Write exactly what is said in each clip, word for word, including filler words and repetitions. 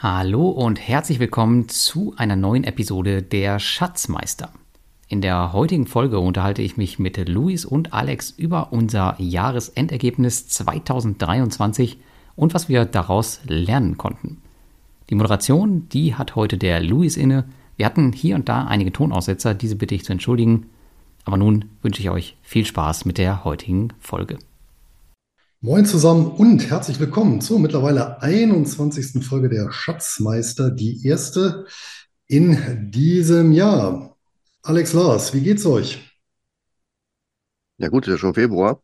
Hallo und herzlich willkommen zu einer neuen Episode der Schatzmeister. In der heutigen Folge unterhalte ich mich mit Luis und Alex über unser Jahresendergebnis zweitausenddreiundzwanzig und was wir daraus lernen konnten. Die Moderation, die hat heute der Luis inne. Wir hatten hier und da einige Tonaussetzer, diese bitte ich zu entschuldigen. Aber nun wünsche ich euch viel Spaß mit der heutigen Folge. Moin zusammen und herzlich willkommen zur mittlerweile einundzwanzigsten Folge der Schatzmeister, die erste in diesem Jahr. Alex Lars, wie geht's euch? Ja gut, ist ja schon Februar.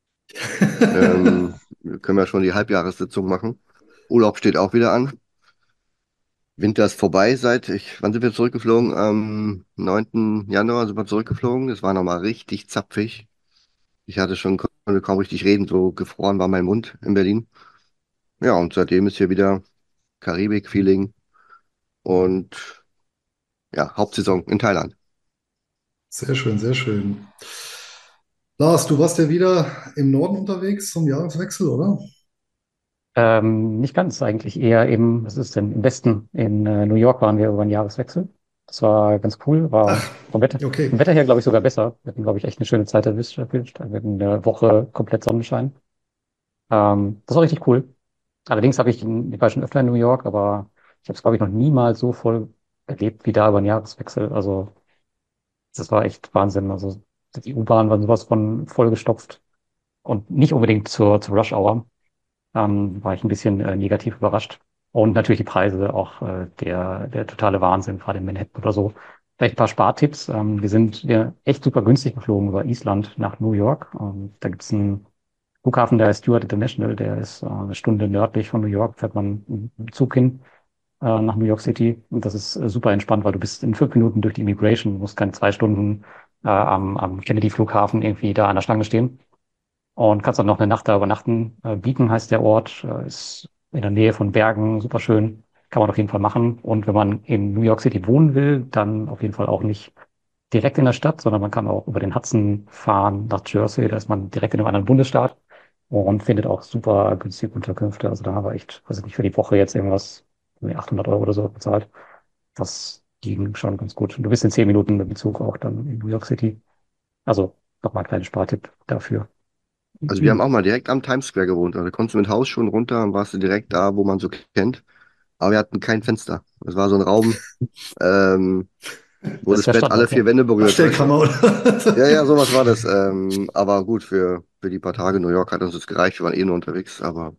Ähm, wir können ja schon die Halbjahressitzung machen. Urlaub steht auch wieder an. Winter ist vorbei seit, ich, wann sind wir zurückgeflogen? Am neunten Januar sind wir zurückgeflogen. Das war nochmal richtig zapfig. Ich hatte schon, konnte kaum richtig reden, so gefroren war mein Mund in Berlin. Ja, und seitdem ist hier wieder Karibik-Feeling und ja, Hauptsaison in Thailand. Sehr schön, sehr schön. Lars, du warst ja wieder im Norden unterwegs zum Jahreswechsel, oder? Ähm, nicht ganz, eigentlich eher eben, was ist denn, im Westen, in äh, New York waren wir über den Jahreswechsel. Das war ganz cool, war Ach, vom Wetter, vom okay. Wetter her, glaube ich, sogar besser. Wir hatten, glaube ich, echt eine schöne Zeit erwischt. erwischt. Wir hatten eine Woche komplett Sonnenschein. Ähm, das war richtig cool. Allerdings habe ich, in- ich war schon öfter in New York, aber ich habe es, glaube ich, noch niemals so voll erlebt wie da über den Jahreswechsel. Also das war echt Wahnsinn. Also die U-Bahn waren sowas von vollgestopft und nicht unbedingt zur, zur Rush Hour. Ähm, war ich ein bisschen äh, negativ überrascht. Und natürlich die Preise, auch äh, der, der totale Wahnsinn, gerade in Manhattan oder so. Vielleicht ein paar Spartipps. Ähm, wir sind wir echt super günstig geflogen über Island nach New York. Ähm, da gibt's einen Flughafen, der heißt Stewart International, der ist äh, eine Stunde nördlich von New York, fährt man mit dem Zug hin äh, nach New York City. Und das ist äh, super entspannt, weil du bist in fünf Minuten durch die Immigration, musst keine zwei Stunden äh, am, am Kennedy-Flughafen irgendwie da an der Schlange stehen und kannst dann noch eine Nacht da übernachten. Äh, Beacon heißt der Ort, äh, ist in der Nähe von Bergen, super schön, kann man auf jeden Fall machen. Und wenn man in New York City wohnen will, dann auf jeden Fall auch nicht direkt in der Stadt, sondern man kann auch über den Hudson fahren nach Jersey, da ist man direkt in einem anderen Bundesstaat und findet auch super günstige Unterkünfte. Also da haben wir echt, weiß ich nicht, für die Woche jetzt irgendwas, irgendwie achthundert Euro oder so bezahlt. Das ging schon ganz gut. Und du bist in zehn Minuten mit dem Zug auch dann in New York City. Also nochmal ein kleiner Spartipp dafür. Also wir haben auch mal direkt am Times Square gewohnt. Also da konntest du mit Hausschuhen runter und warst du direkt da, wo man so kennt. Aber wir hatten kein Fenster. Es war so ein Raum, ähm, wo Das ist das der Bett alle Standard, ja. vier Wände berührt, weißt du? Abstellkammer, oder? Ja, ja, sowas war das. Ähm, aber gut, für, für die paar Tage in New York hat uns das gereicht. Wir waren eh nur unterwegs. Aber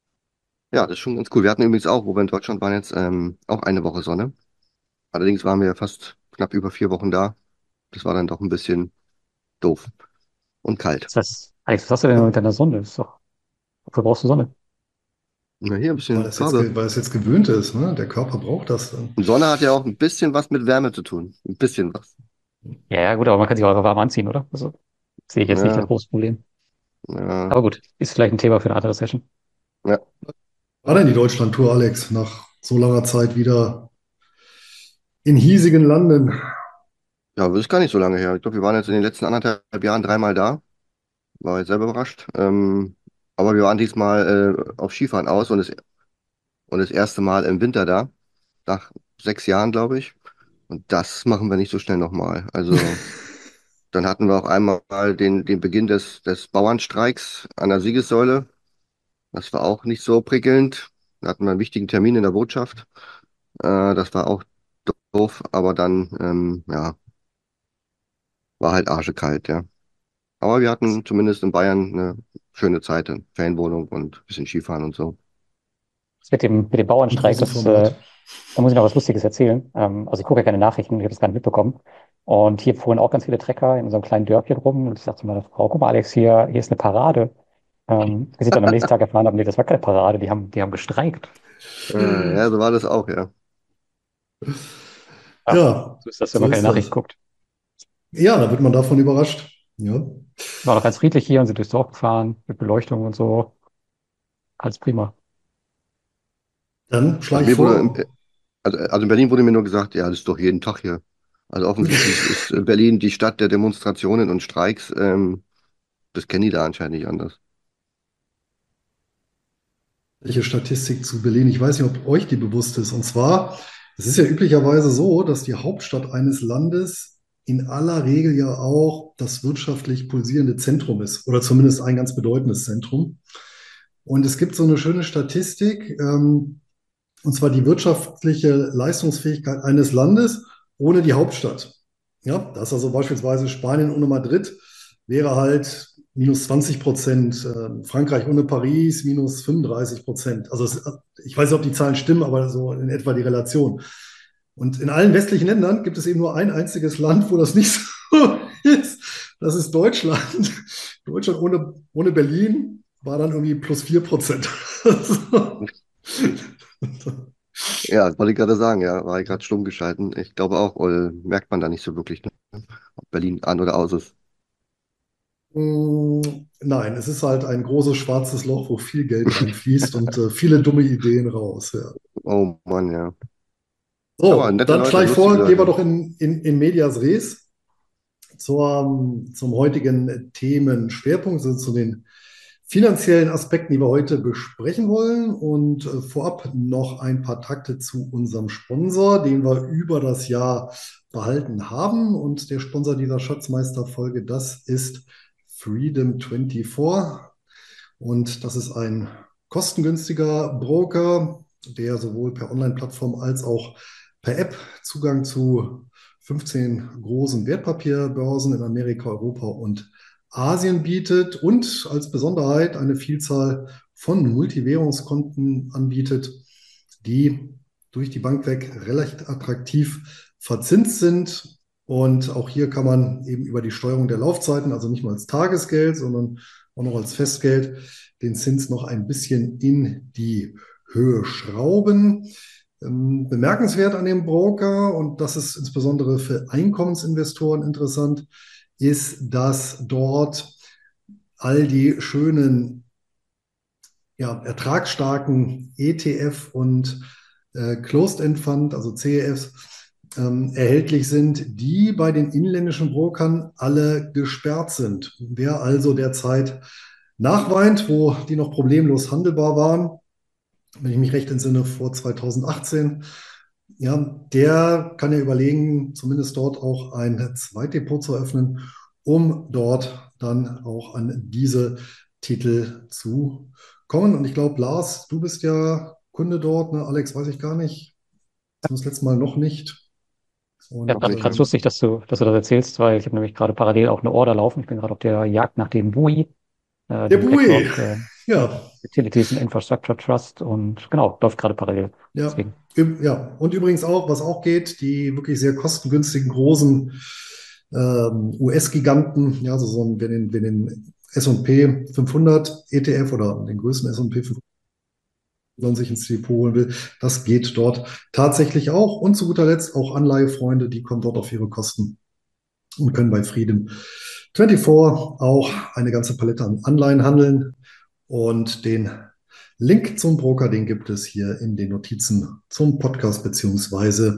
ja, das ist schon ganz cool. Wir hatten übrigens auch, wo wir in Deutschland waren jetzt, ähm, auch eine Woche Sonne. Allerdings waren wir fast knapp über vier Wochen da. Das war dann doch ein bisschen doof und kalt. Das heißt, Alex, was hast du denn mit deiner Sonne? Ist doch, wofür brauchst du Sonne? Na, hier ein Weil bisschen es jetzt, Farbe. ge- weil es jetzt gewöhnt ist, ne? Der Körper braucht das dann. Und Sonne hat ja auch ein bisschen was mit Wärme zu tun. Ein bisschen was. Ja, ja, gut, aber man kann sich auch einfach warm anziehen, oder? Also sehe ich jetzt nicht das Ja, große Problem. ja, Aber gut, ist vielleicht ein Thema für eine andere Session. ja. War denn die Deutschlandtour, Alex, nach so langer Zeit wieder in hiesigen Landen? Ja, aber das ist gar nicht so lange her. Ich glaube, wir waren jetzt in den letzten anderthalb Jahren dreimal da. War jetzt selber überrascht. Ähm, aber wir waren diesmal äh, auf Skifahren aus und das, und das erste Mal im Winter da. Nach sechs Jahren, glaube ich. Und das machen wir nicht so schnell nochmal. Also, dann hatten wir auch einmal den, den Beginn des, des Bauernstreiks an der Siegessäule. Das war auch nicht so prickelnd. Da hatten wir einen wichtigen Termin in der Botschaft. Äh, das war auch doof, aber dann, ähm, ja, war halt arschekalt, ja. Aber wir hatten zumindest in Bayern eine schöne Zeit, eine Ferienwohnung und ein bisschen Skifahren und so. Das mit dem, mit dem Im Bauernstreik, großen das, äh, Format. da muss ich noch was Lustiges erzählen. Ähm, also ich gucke ja keine Nachrichten, ich habe das gar nicht mitbekommen. Und hier fuhren auch ganz viele Trecker in unserem kleinen Dörfchen rum. Und ich sagte zu meiner Frau, guck mal, Alex, hier, hier ist eine Parade. Ähm, bis ich dann am nächsten Tag erfahren habe, nee, das war keine Parade, die haben, die haben gestreikt. Äh, ja, so war das auch, ja. Ja, Ja, so ist das, wenn so man keine ist Nachrichten das. guckt. Ja, da wird man davon überrascht. Ja, War noch ganz friedlich hier und sind durchs Dorf gefahren mit Beleuchtung und so. Alles prima. dann schlage Also ich mir wurde, vor. also, also in Berlin wurde mir nur gesagt, ja, das ist doch jeden Tag hier. Also offensichtlich ist Berlin die Stadt der Demonstrationen und Streiks. Ähm, das kennen die da anscheinend nicht anders. Statistik zu Berlin. Ich weiß nicht, ob euch die bewusst ist. Und zwar, es ist ja üblicherweise so, dass die Hauptstadt eines Landes in aller Regel ja auch das wirtschaftlich pulsierende Zentrum ist oder zumindest ein ganz bedeutendes Zentrum. Und es gibt so eine schöne Statistik, ähm, und zwar die wirtschaftliche Leistungsfähigkeit eines Landes ohne die Hauptstadt. Ja, das ist also beispielsweise Spanien ohne Madrid wäre halt minus zwanzig Prozent, äh, Frankreich ohne Paris minus fünfunddreißig Prozent. Also es, ich weiß nicht, ob die Zahlen stimmen, aber so in etwa die Relation. Und in allen westlichen Ländern gibt es eben nur ein einziges Land, wo das nicht so ist. Das ist Deutschland. Deutschland ohne, ohne Berlin war dann irgendwie plus vier Prozent. Ja, das wollte ich gerade sagen, ja, war ich gerade stumm geschalten. Ich glaube auch, äh, merkt man da nicht so wirklich, ne? Ob Berlin an oder aus ist. Mm, Nein, es ist halt ein großes schwarzes Loch, wo viel Geld reinfließt und äh, viele dumme Ideen raus. Ja. Oh Mann, ja. Aber So, nette dann Leute, schlage ich lustige vor, gehen wir Leute. doch in, in, in medias res zur, zum heutigen Themenschwerpunkt, also zu den finanziellen Aspekten, die wir heute besprechen wollen. Und äh, vorab noch ein paar Takte zu unserem Sponsor, den wir über das Jahr behalten haben. Und der Sponsor dieser Schatzmeister-Folge, das ist Freedom vierundzwanzig. Und das ist ein kostengünstiger Broker, der sowohl per Online-Plattform als auch per App Zugang zu fünfzehn großen Wertpapierbörsen in Amerika, Europa und Asien bietet und als Besonderheit eine Vielzahl von Multiwährungskonten anbietet, die durch die Bank weg recht attraktiv verzinst sind. Und auch hier kann man eben über die Steuerung der Laufzeiten, also nicht nur als Tagesgeld, sondern auch noch als Festgeld, den Zins noch ein bisschen in die Höhe schrauben. Ähm, bemerkenswert an dem Broker, und das ist insbesondere für Einkommensinvestoren interessant, ist, dass dort all die schönen, ja, ertragsstarken E T F und äh, Closed-End Fund, also C E Fs, ähm, erhältlich sind, die bei den inländischen Brokern alle gesperrt sind. Wer also derzeit nachweint, wo die noch problemlos handelbar waren, wenn ich mich recht entsinne, vor zweitausendachtzehn, ja, der kann ja überlegen, zumindest dort auch ein Zweitdepot zu eröffnen, um dort dann auch an diese Titel zu kommen. Und ich glaube, Lars, du bist ja Kunde dort, ne? Alex, weiß ich gar nicht. Das letzte Mal noch nicht. Ja, Und Noch gerade nicht, ganz ne? lustig, dass du, dass du das erzählst, weil ich habe nämlich gerade parallel auch eine Order laufen. Ich bin gerade auf der Jagd nach dem B U I, äh, der dem Bui, BlackRock äh, ja, Utilities and Infrastructure Trust und genau, läuft gerade parallel. ja, Deswegen. Üb- ja. Und übrigens auch, was auch geht, die wirklich sehr kostengünstigen großen ähm, U S-Giganten, ja, also so ein, wenn den, wenn den S und P fünfhundert E T F oder den größten S und P fünfhundert man sich ins Depot holen will, das geht dort tatsächlich auch. Und zu guter Letzt auch Anleihefreunde, die kommen dort auf ihre Kosten und können bei Freedom vierundzwanzig auch eine ganze Palette an Anleihen handeln. Und den Link zum Broker, den gibt es hier in den Notizen zum Podcast beziehungsweise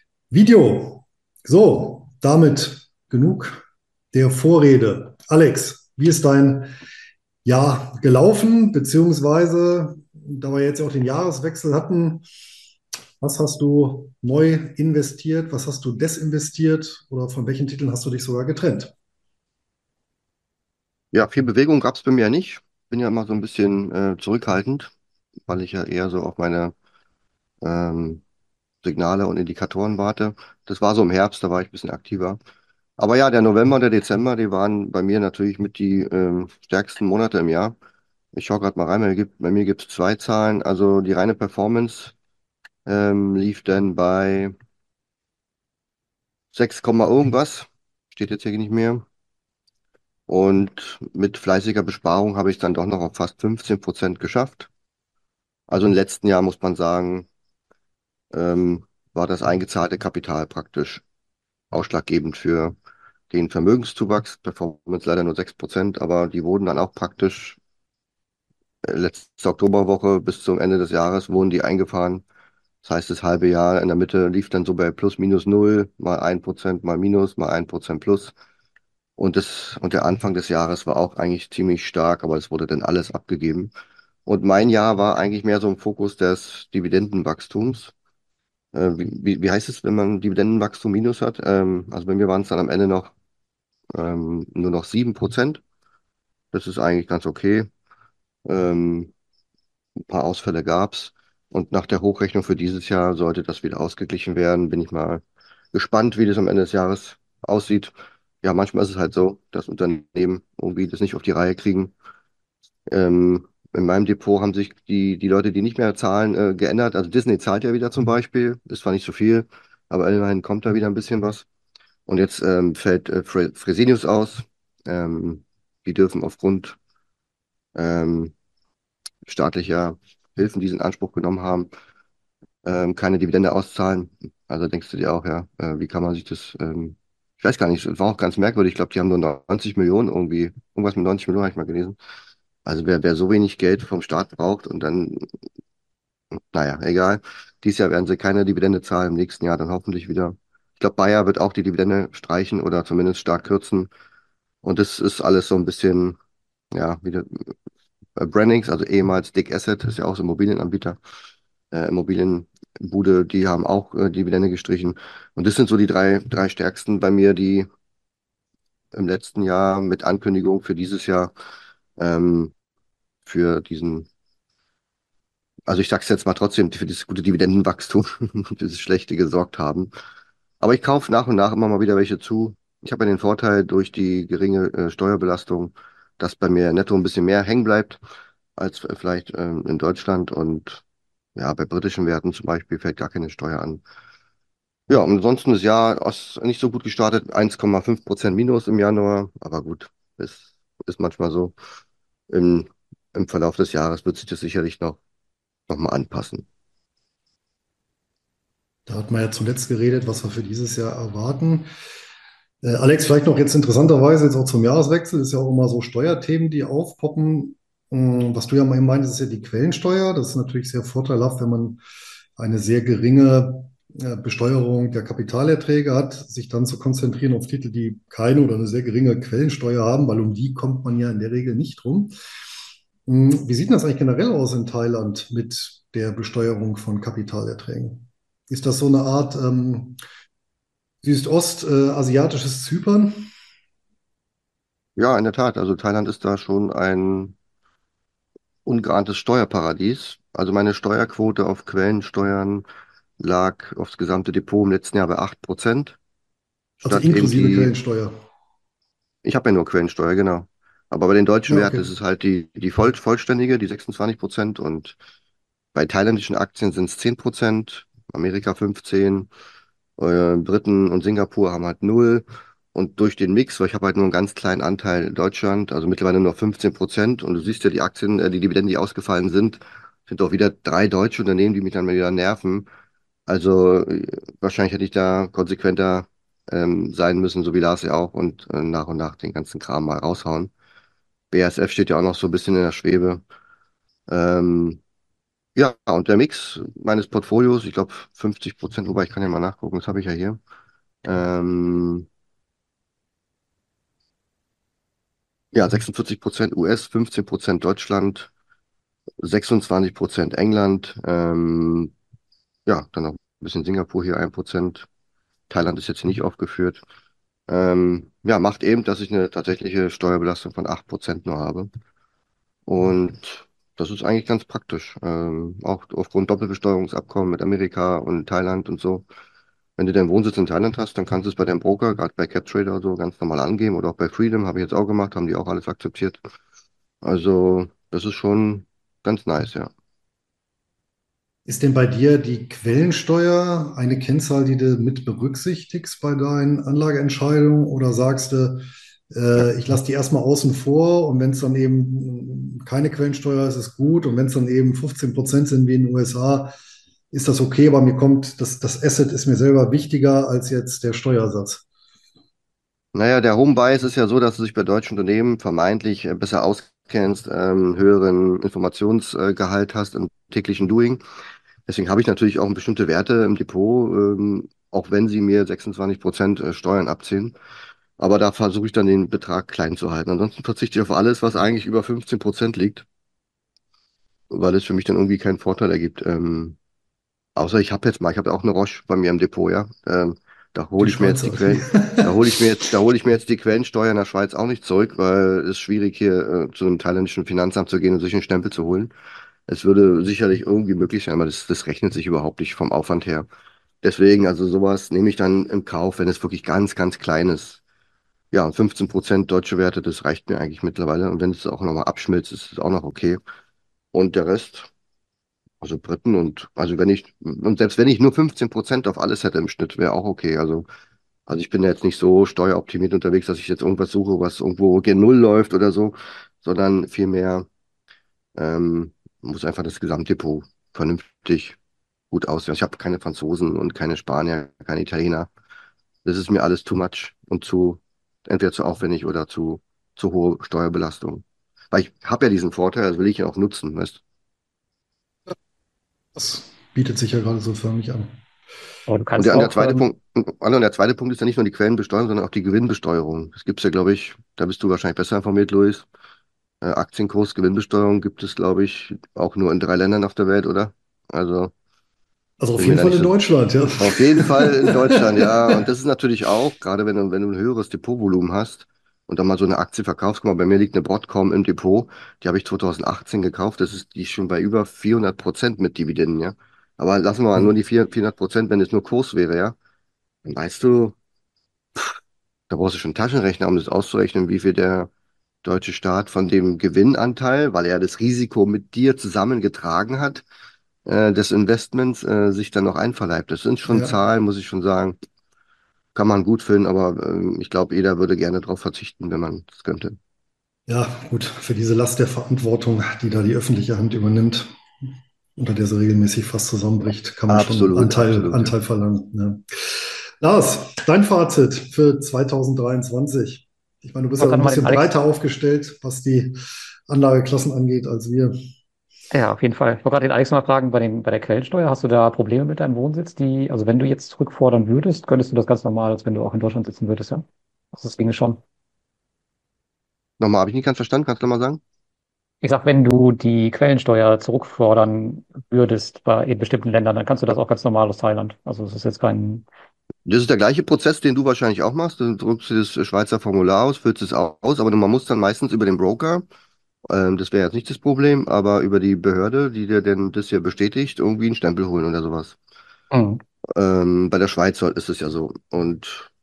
Video. So, damit genug der Vorrede. Alex, wie ist dein Jahr gelaufen? Beziehungsweise, da wir jetzt auch den Jahreswechsel hatten, was hast du neu investiert? Was hast du desinvestiert? Oder von welchen Titeln hast du dich sogar getrennt? Ja, viel Bewegung gab es bei mir ja nicht. Bin ja immer so ein bisschen äh, zurückhaltend, weil ich ja eher so auf meine ähm, Signale und Indikatoren warte. Das war so im Herbst, da war ich ein bisschen aktiver. Aber ja, der November und der Dezember, die waren bei mir natürlich mit die ähm, stärksten Monate im Jahr. Ich schaue gerade mal rein, bei mir gibt, bei mir gibt es zwei Zahlen. Also die reine Performance ähm, lief dann bei sechs, Komma irgendwas. Steht jetzt hier nicht mehr. Und mit fleißiger Besparung habe ich dann doch noch auf fast fünfzehn Prozent geschafft. Also im letzten Jahr muss man sagen, ähm, war das eingezahlte Kapital praktisch ausschlaggebend für den Vermögenszuwachs. Performance leider nur sechs Prozent, aber die wurden dann auch praktisch äh, letzte Oktoberwoche bis zum Ende des Jahres wurden die eingefahren. Das heißt, das halbe Jahr in der Mitte lief dann so bei plus minus null, mal ein Prozent, mal minus, mal ein Prozent plus. Und das, und der Anfang des Jahres war auch eigentlich ziemlich stark, aber es wurde dann alles abgegeben. Und mein Jahr war eigentlich mehr so im Fokus des Dividendenwachstums. Äh, wie, wie, wie heißt es, wenn man Dividendenwachstum minus hat? Ähm, also bei mir waren es dann am Ende noch ähm, nur noch sieben Prozent. Das ist eigentlich ganz okay. Ähm, ein paar Ausfälle gab's. Und nach der Hochrechnung für dieses Jahr sollte das wieder ausgeglichen werden. Bin ich mal gespannt, wie das am Ende des Jahres aussieht. Ja, manchmal ist es halt so, dass Unternehmen irgendwie das nicht auf die Reihe kriegen. Ähm, in meinem Depot haben sich die, die Leute, die nicht mehr zahlen, äh, geändert. Also Disney zahlt ja wieder zum Beispiel. Ist zwar nicht so viel, aber immerhin kommt da wieder ein bisschen was. Und jetzt ähm, fällt äh, Fre Fresenius aus. Ähm, die dürfen aufgrund ähm, staatlicher Hilfen, die sie in Anspruch genommen haben, ähm, keine Dividende auszahlen. Also denkst du dir auch, ja, äh, wie kann man sich das, ähm, ich weiß gar nicht, es war auch ganz merkwürdig. Ich glaube, die haben nur neunzig Millionen irgendwie, irgendwas mit neunzig Millionen habe ich mal gelesen. Also wer, wer so wenig Geld vom Staat braucht und dann, naja, egal. Dieses Jahr werden sie keine Dividende zahlen, im nächsten Jahr dann hoffentlich wieder. Ich glaube, Bayer wird auch die Dividende streichen oder zumindest stark kürzen. Und das ist alles so ein bisschen, ja, wieder äh, Brandings, also ehemals Dick Asset, ist ja auch so ein Immobilienanbieter, äh, Immobilienbude, die haben auch äh, Dividende gestrichen. Und das sind so die drei, drei stärksten bei mir, die im letzten Jahr mit Ankündigung für dieses Jahr ähm, für diesen, also ich sag's jetzt mal trotzdem, für dieses gute Dividendenwachstum, für dieses schlechte gesorgt haben. Aber ich kaufe nach und nach immer mal wieder welche zu. Ich habe ja den Vorteil durch die geringe äh, Steuerbelastung, dass bei mir netto ein bisschen mehr hängen bleibt als äh, vielleicht ähm, in Deutschland. Und ja, bei britischen Werten zum Beispiel fällt gar keine Steuer an. Ja, und ansonsten das Jahr ist nicht so gut gestartet, eins Komma fünf Prozent Minus im Januar. Aber gut, es ist manchmal so. Im, im Verlauf des Jahres wird sich das sicherlich noch, noch mal anpassen. Da hat man ja zuletzt geredet, was wir für dieses Jahr erwarten. Äh, Alex, vielleicht noch jetzt interessanterweise jetzt auch zum Jahreswechsel, ist ja auch immer so Steuerthemen, die aufpoppen. Ähm, Was du ja mal eben meintest, ist ja die Quellensteuer. Das ist natürlich sehr vorteilhaft, wenn man eine sehr geringe äh, Besteuerung der Kapitalerträge hat, sich dann zu konzentrieren auf Titel, die keine oder eine sehr geringe Quellensteuer haben, weil um die kommt man ja in der Regel nicht rum. Ähm, Wie sieht denn das eigentlich generell aus in Thailand mit der Besteuerung von Kapitalerträgen? Ist das so eine Art ähm, Südost-asiatisches Zypern? Ja, in der Tat. Also Thailand ist da schon ein ungeahntes Steuerparadies. Also meine Steuerquote auf Quellensteuern lag aufs gesamte Depot im letzten Jahr bei acht Prozent, Also statt eben inklusive die, Quellensteuer. ich habe ja nur Quellensteuer, genau. Aber bei den deutschen Ja, Werten okay. ist es halt die, die voll, vollständige, die sechsundzwanzig Prozent, und bei thailändischen Aktien sind es zehn Prozent, Amerika fünfzehn, äh, Briten und Singapur haben halt null. Und durch den Mix, weil ich habe halt nur einen ganz kleinen Anteil in Deutschland, also mittlerweile nur fünfzehn Prozent. Und du siehst ja die Aktien, äh, die Dividenden, die ausgefallen sind, sind doch wieder drei deutsche Unternehmen, die mich dann mal wieder nerven. Also äh, wahrscheinlich hätte ich da konsequenter ähm, sein müssen, so wie Lars ja auch, und äh, nach und nach den ganzen Kram mal raushauen. B A S F steht ja auch noch so ein bisschen in der Schwebe. Ähm, ja, und der Mix meines Portfolios, ich glaube fünfzig Prozent, wobei ich kann ja mal nachgucken, das habe ich ja hier. Ähm, ja, sechsundvierzig Prozent U S, fünfzehn Prozent Deutschland, sechsundzwanzig Prozent England, ähm, ja, dann noch ein bisschen Singapur hier ein Prozent. Thailand ist jetzt hier nicht aufgeführt. Ähm, ja, macht eben, dass ich eine tatsächliche Steuerbelastung von acht Prozent nur habe. Und das ist eigentlich ganz praktisch. Ähm, auch aufgrund Doppelbesteuerungsabkommen mit Amerika und Thailand und so. Wenn du deinen Wohnsitz in Thailand hast, dann kannst du es bei deinem Broker, gerade bei CapTrader oder so, ganz normal angeben, oder auch bei Freedom, habe ich jetzt auch gemacht, haben die auch alles akzeptiert. Also, das ist schon ganz nice, ja. Ist denn bei dir die Quellensteuer eine Kennzahl, die du mit berücksichtigst bei deinen Anlageentscheidungen? Oder sagst du, Ja. äh, ich lasse die erstmal außen vor und wenn es dann eben keine Quellensteuer ist, ist gut. Und wenn es dann eben fünfzehn Prozent sind wie in den U S A, ist das okay, aber mir kommt, das, das Asset ist mir selber wichtiger als jetzt der Steuersatz. Naja, der Home Bias ist ja so, dass du dich bei deutschen Unternehmen vermeintlich äh, besser auskennst, ähm, höheren Informationsgehalt hast im täglichen Doing. Deswegen habe ich natürlich auch bestimmte Werte im Depot, ähm, auch wenn sie mir sechsundzwanzig Prozent äh, Steuern abziehen. Aber da versuche ich dann den Betrag klein zu halten. Ansonsten verzichte ich auf alles, was eigentlich über fünfzehn Prozent liegt. weil es für mich dann irgendwie keinen Vorteil ergibt. Ähm, außer ich habe jetzt mal, ich habe auch eine Roche bei mir im Depot, ja. Ähm, da Die hole ich mir jetzt die Schweizer. Quellen, da hole ich mir jetzt, da hole ich mir jetzt die Quellensteuer in der Schweiz auch nicht zurück, weil es ist schwierig hier äh, zu einem thailändischen Finanzamt zu gehen und sich einen Stempel zu holen. Es würde sicherlich irgendwie möglich sein, aber das, das rechnet sich überhaupt nicht vom Aufwand her. Deswegen, also sowas nehme ich dann im Kauf, wenn es wirklich ganz, ganz klein ist. Ja, und fünfzehn Prozent deutsche Werte, das reicht mir eigentlich mittlerweile. Und wenn es auch nochmal abschmilzt, ist es auch noch okay. Und der Rest, also Briten und, also wenn ich, und selbst wenn ich nur fünfzehn Prozent auf alles hätte im Schnitt, wäre auch okay. Also, also ich bin ja jetzt nicht so steueroptimiert unterwegs, dass ich jetzt irgendwas suche, was irgendwo gen Null läuft oder so, sondern vielmehr, ähm, muss einfach das Gesamtdepot vernünftig gut aussehen. Ich habe keine Franzosen und keine Spanier, keine Italiener. Das ist mir alles too much und zu, entweder zu aufwendig oder zu, zu hohe Steuerbelastung. Weil ich habe ja diesen Vorteil, das will ich ja auch nutzen, weißt. Das bietet sich ja gerade so förmlich an. Aber du Und kannst der, und der auch, zweite ähm, Punkt, und der zweite Punkt ist ja nicht nur die Quellenbesteuerung, sondern auch die Gewinnbesteuerung. Das gibt's ja, glaube ich, da bist du wahrscheinlich besser informiert, Luis. Äh, Aktienkurs, Gewinnbesteuerung gibt es, glaube ich, auch nur in drei Ländern auf der Welt, oder? Also Also auf bin mir jeden da Fall nicht in so. Deutschland, ja. Auf jeden Fall in Deutschland, ja. Und das ist natürlich auch, gerade wenn du, wenn du ein höheres Depotvolumen hast und dann mal so eine Aktie verkaufst. Guck mal, bei mir liegt eine Broadcom im Depot, die habe ich zwanzig achtzehn gekauft. Das ist die ist schon bei über vierhundert Prozent mit Dividenden, ja. Aber lassen wir mal nur die vierhundert Prozent, wenn es nur Kurs wäre, ja. Dann weißt du, da brauchst du schon einen Taschenrechner, um das auszurechnen, wie viel der deutsche Staat von dem Gewinnanteil, weil er das Risiko mit dir zusammengetragen hat, äh, des Investments, äh, sich dann noch einverleibt. Das sind schon Ja, Zahlen, muss ich schon sagen. Kann man gut finden, aber ähm, ich glaube, jeder würde gerne darauf verzichten, wenn man es könnte. ja, gut, für diese Last der Verantwortung, die da die öffentliche Hand übernimmt, unter der sie regelmäßig fast zusammenbricht, kann man schon Absolut, Anteil, absolut. Anteil verlangen. Ja. Lars, dein Fazit für zwanzig dreiundzwanzig. Ich meine, du bist wollte ja gerade ein mal den bisschen Alex, breiter aufgestellt, was die Anlageklassen angeht, als wir. ja, auf jeden Fall. Ich wollte gerade den Alex mal fragen, bei den, bei der Quellensteuer, hast du da Probleme mit deinem Wohnsitz, die, also wenn du jetzt zurückfordern würdest, könntest du das ganz normal, als wenn du auch in Deutschland sitzen würdest, ja? Also das ginge schon. Nochmal, habe ich nicht ganz verstanden, kannst du nochmal sagen? Ich sag, wenn du die Quellensteuer zurückfordern würdest bei in bestimmten Ländern, dann kannst du das auch ganz normal aus Thailand. Also es ist jetzt kein, Das ist der gleiche Prozess, den du wahrscheinlich auch machst. Du drückst dir das Schweizer Formular aus, füllst es aus, aber man muss dann meistens über den Broker, ähm, das wäre jetzt nicht das Problem, aber über die Behörde, die dir denn das hier bestätigt, irgendwie einen Stempel holen oder sowas. hm, Ähm, bei der Schweiz soll- ist es ja so. Und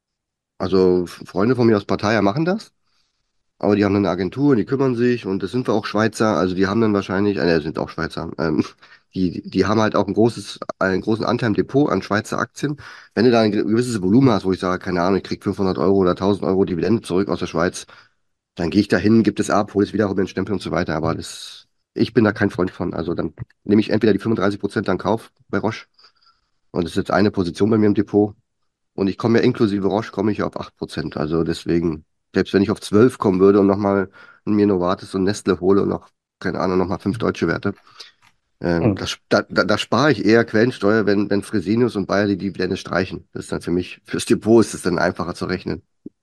also Freunde von mir aus Partei machen das. Aber die haben dann eine Agentur, die kümmern sich und das sind wir auch Schweizer, also die haben dann wahrscheinlich, äh, ne, sind auch Schweizer, ähm, die, die haben halt auch ein großes, einen großen Anteil im Depot an Schweizer Aktien. Wenn du da ein gewisses Volumen hast, wo ich sage, keine Ahnung, ich krieg fünfhundert Euro oder tausend Euro Dividende zurück aus der Schweiz, dann gehe ich da hin, gebe es ab, hole es wieder, hole mir den Stempel und so weiter. Aber das, ich bin da kein Freund von. Also dann nehme ich entweder die fünfunddreißig Prozent dann Kauf bei Roche und das ist jetzt eine Position bei mir im Depot und ich komme ja inklusive Roche, komme ich ja auf acht Prozent. Also deswegen, selbst wenn ich auf zwölf kommen würde und nochmal mir Novartis und Nestle hole und noch, keine Ahnung, nochmal fünf deutsche Werte, ähm, hm, das, da, da, da spare ich eher Quellensteuer, wenn, wenn Fresenius und Bayer die Dividende streichen. Das ist dann für mich, fürs Depot ist es dann einfacher zu rechnen.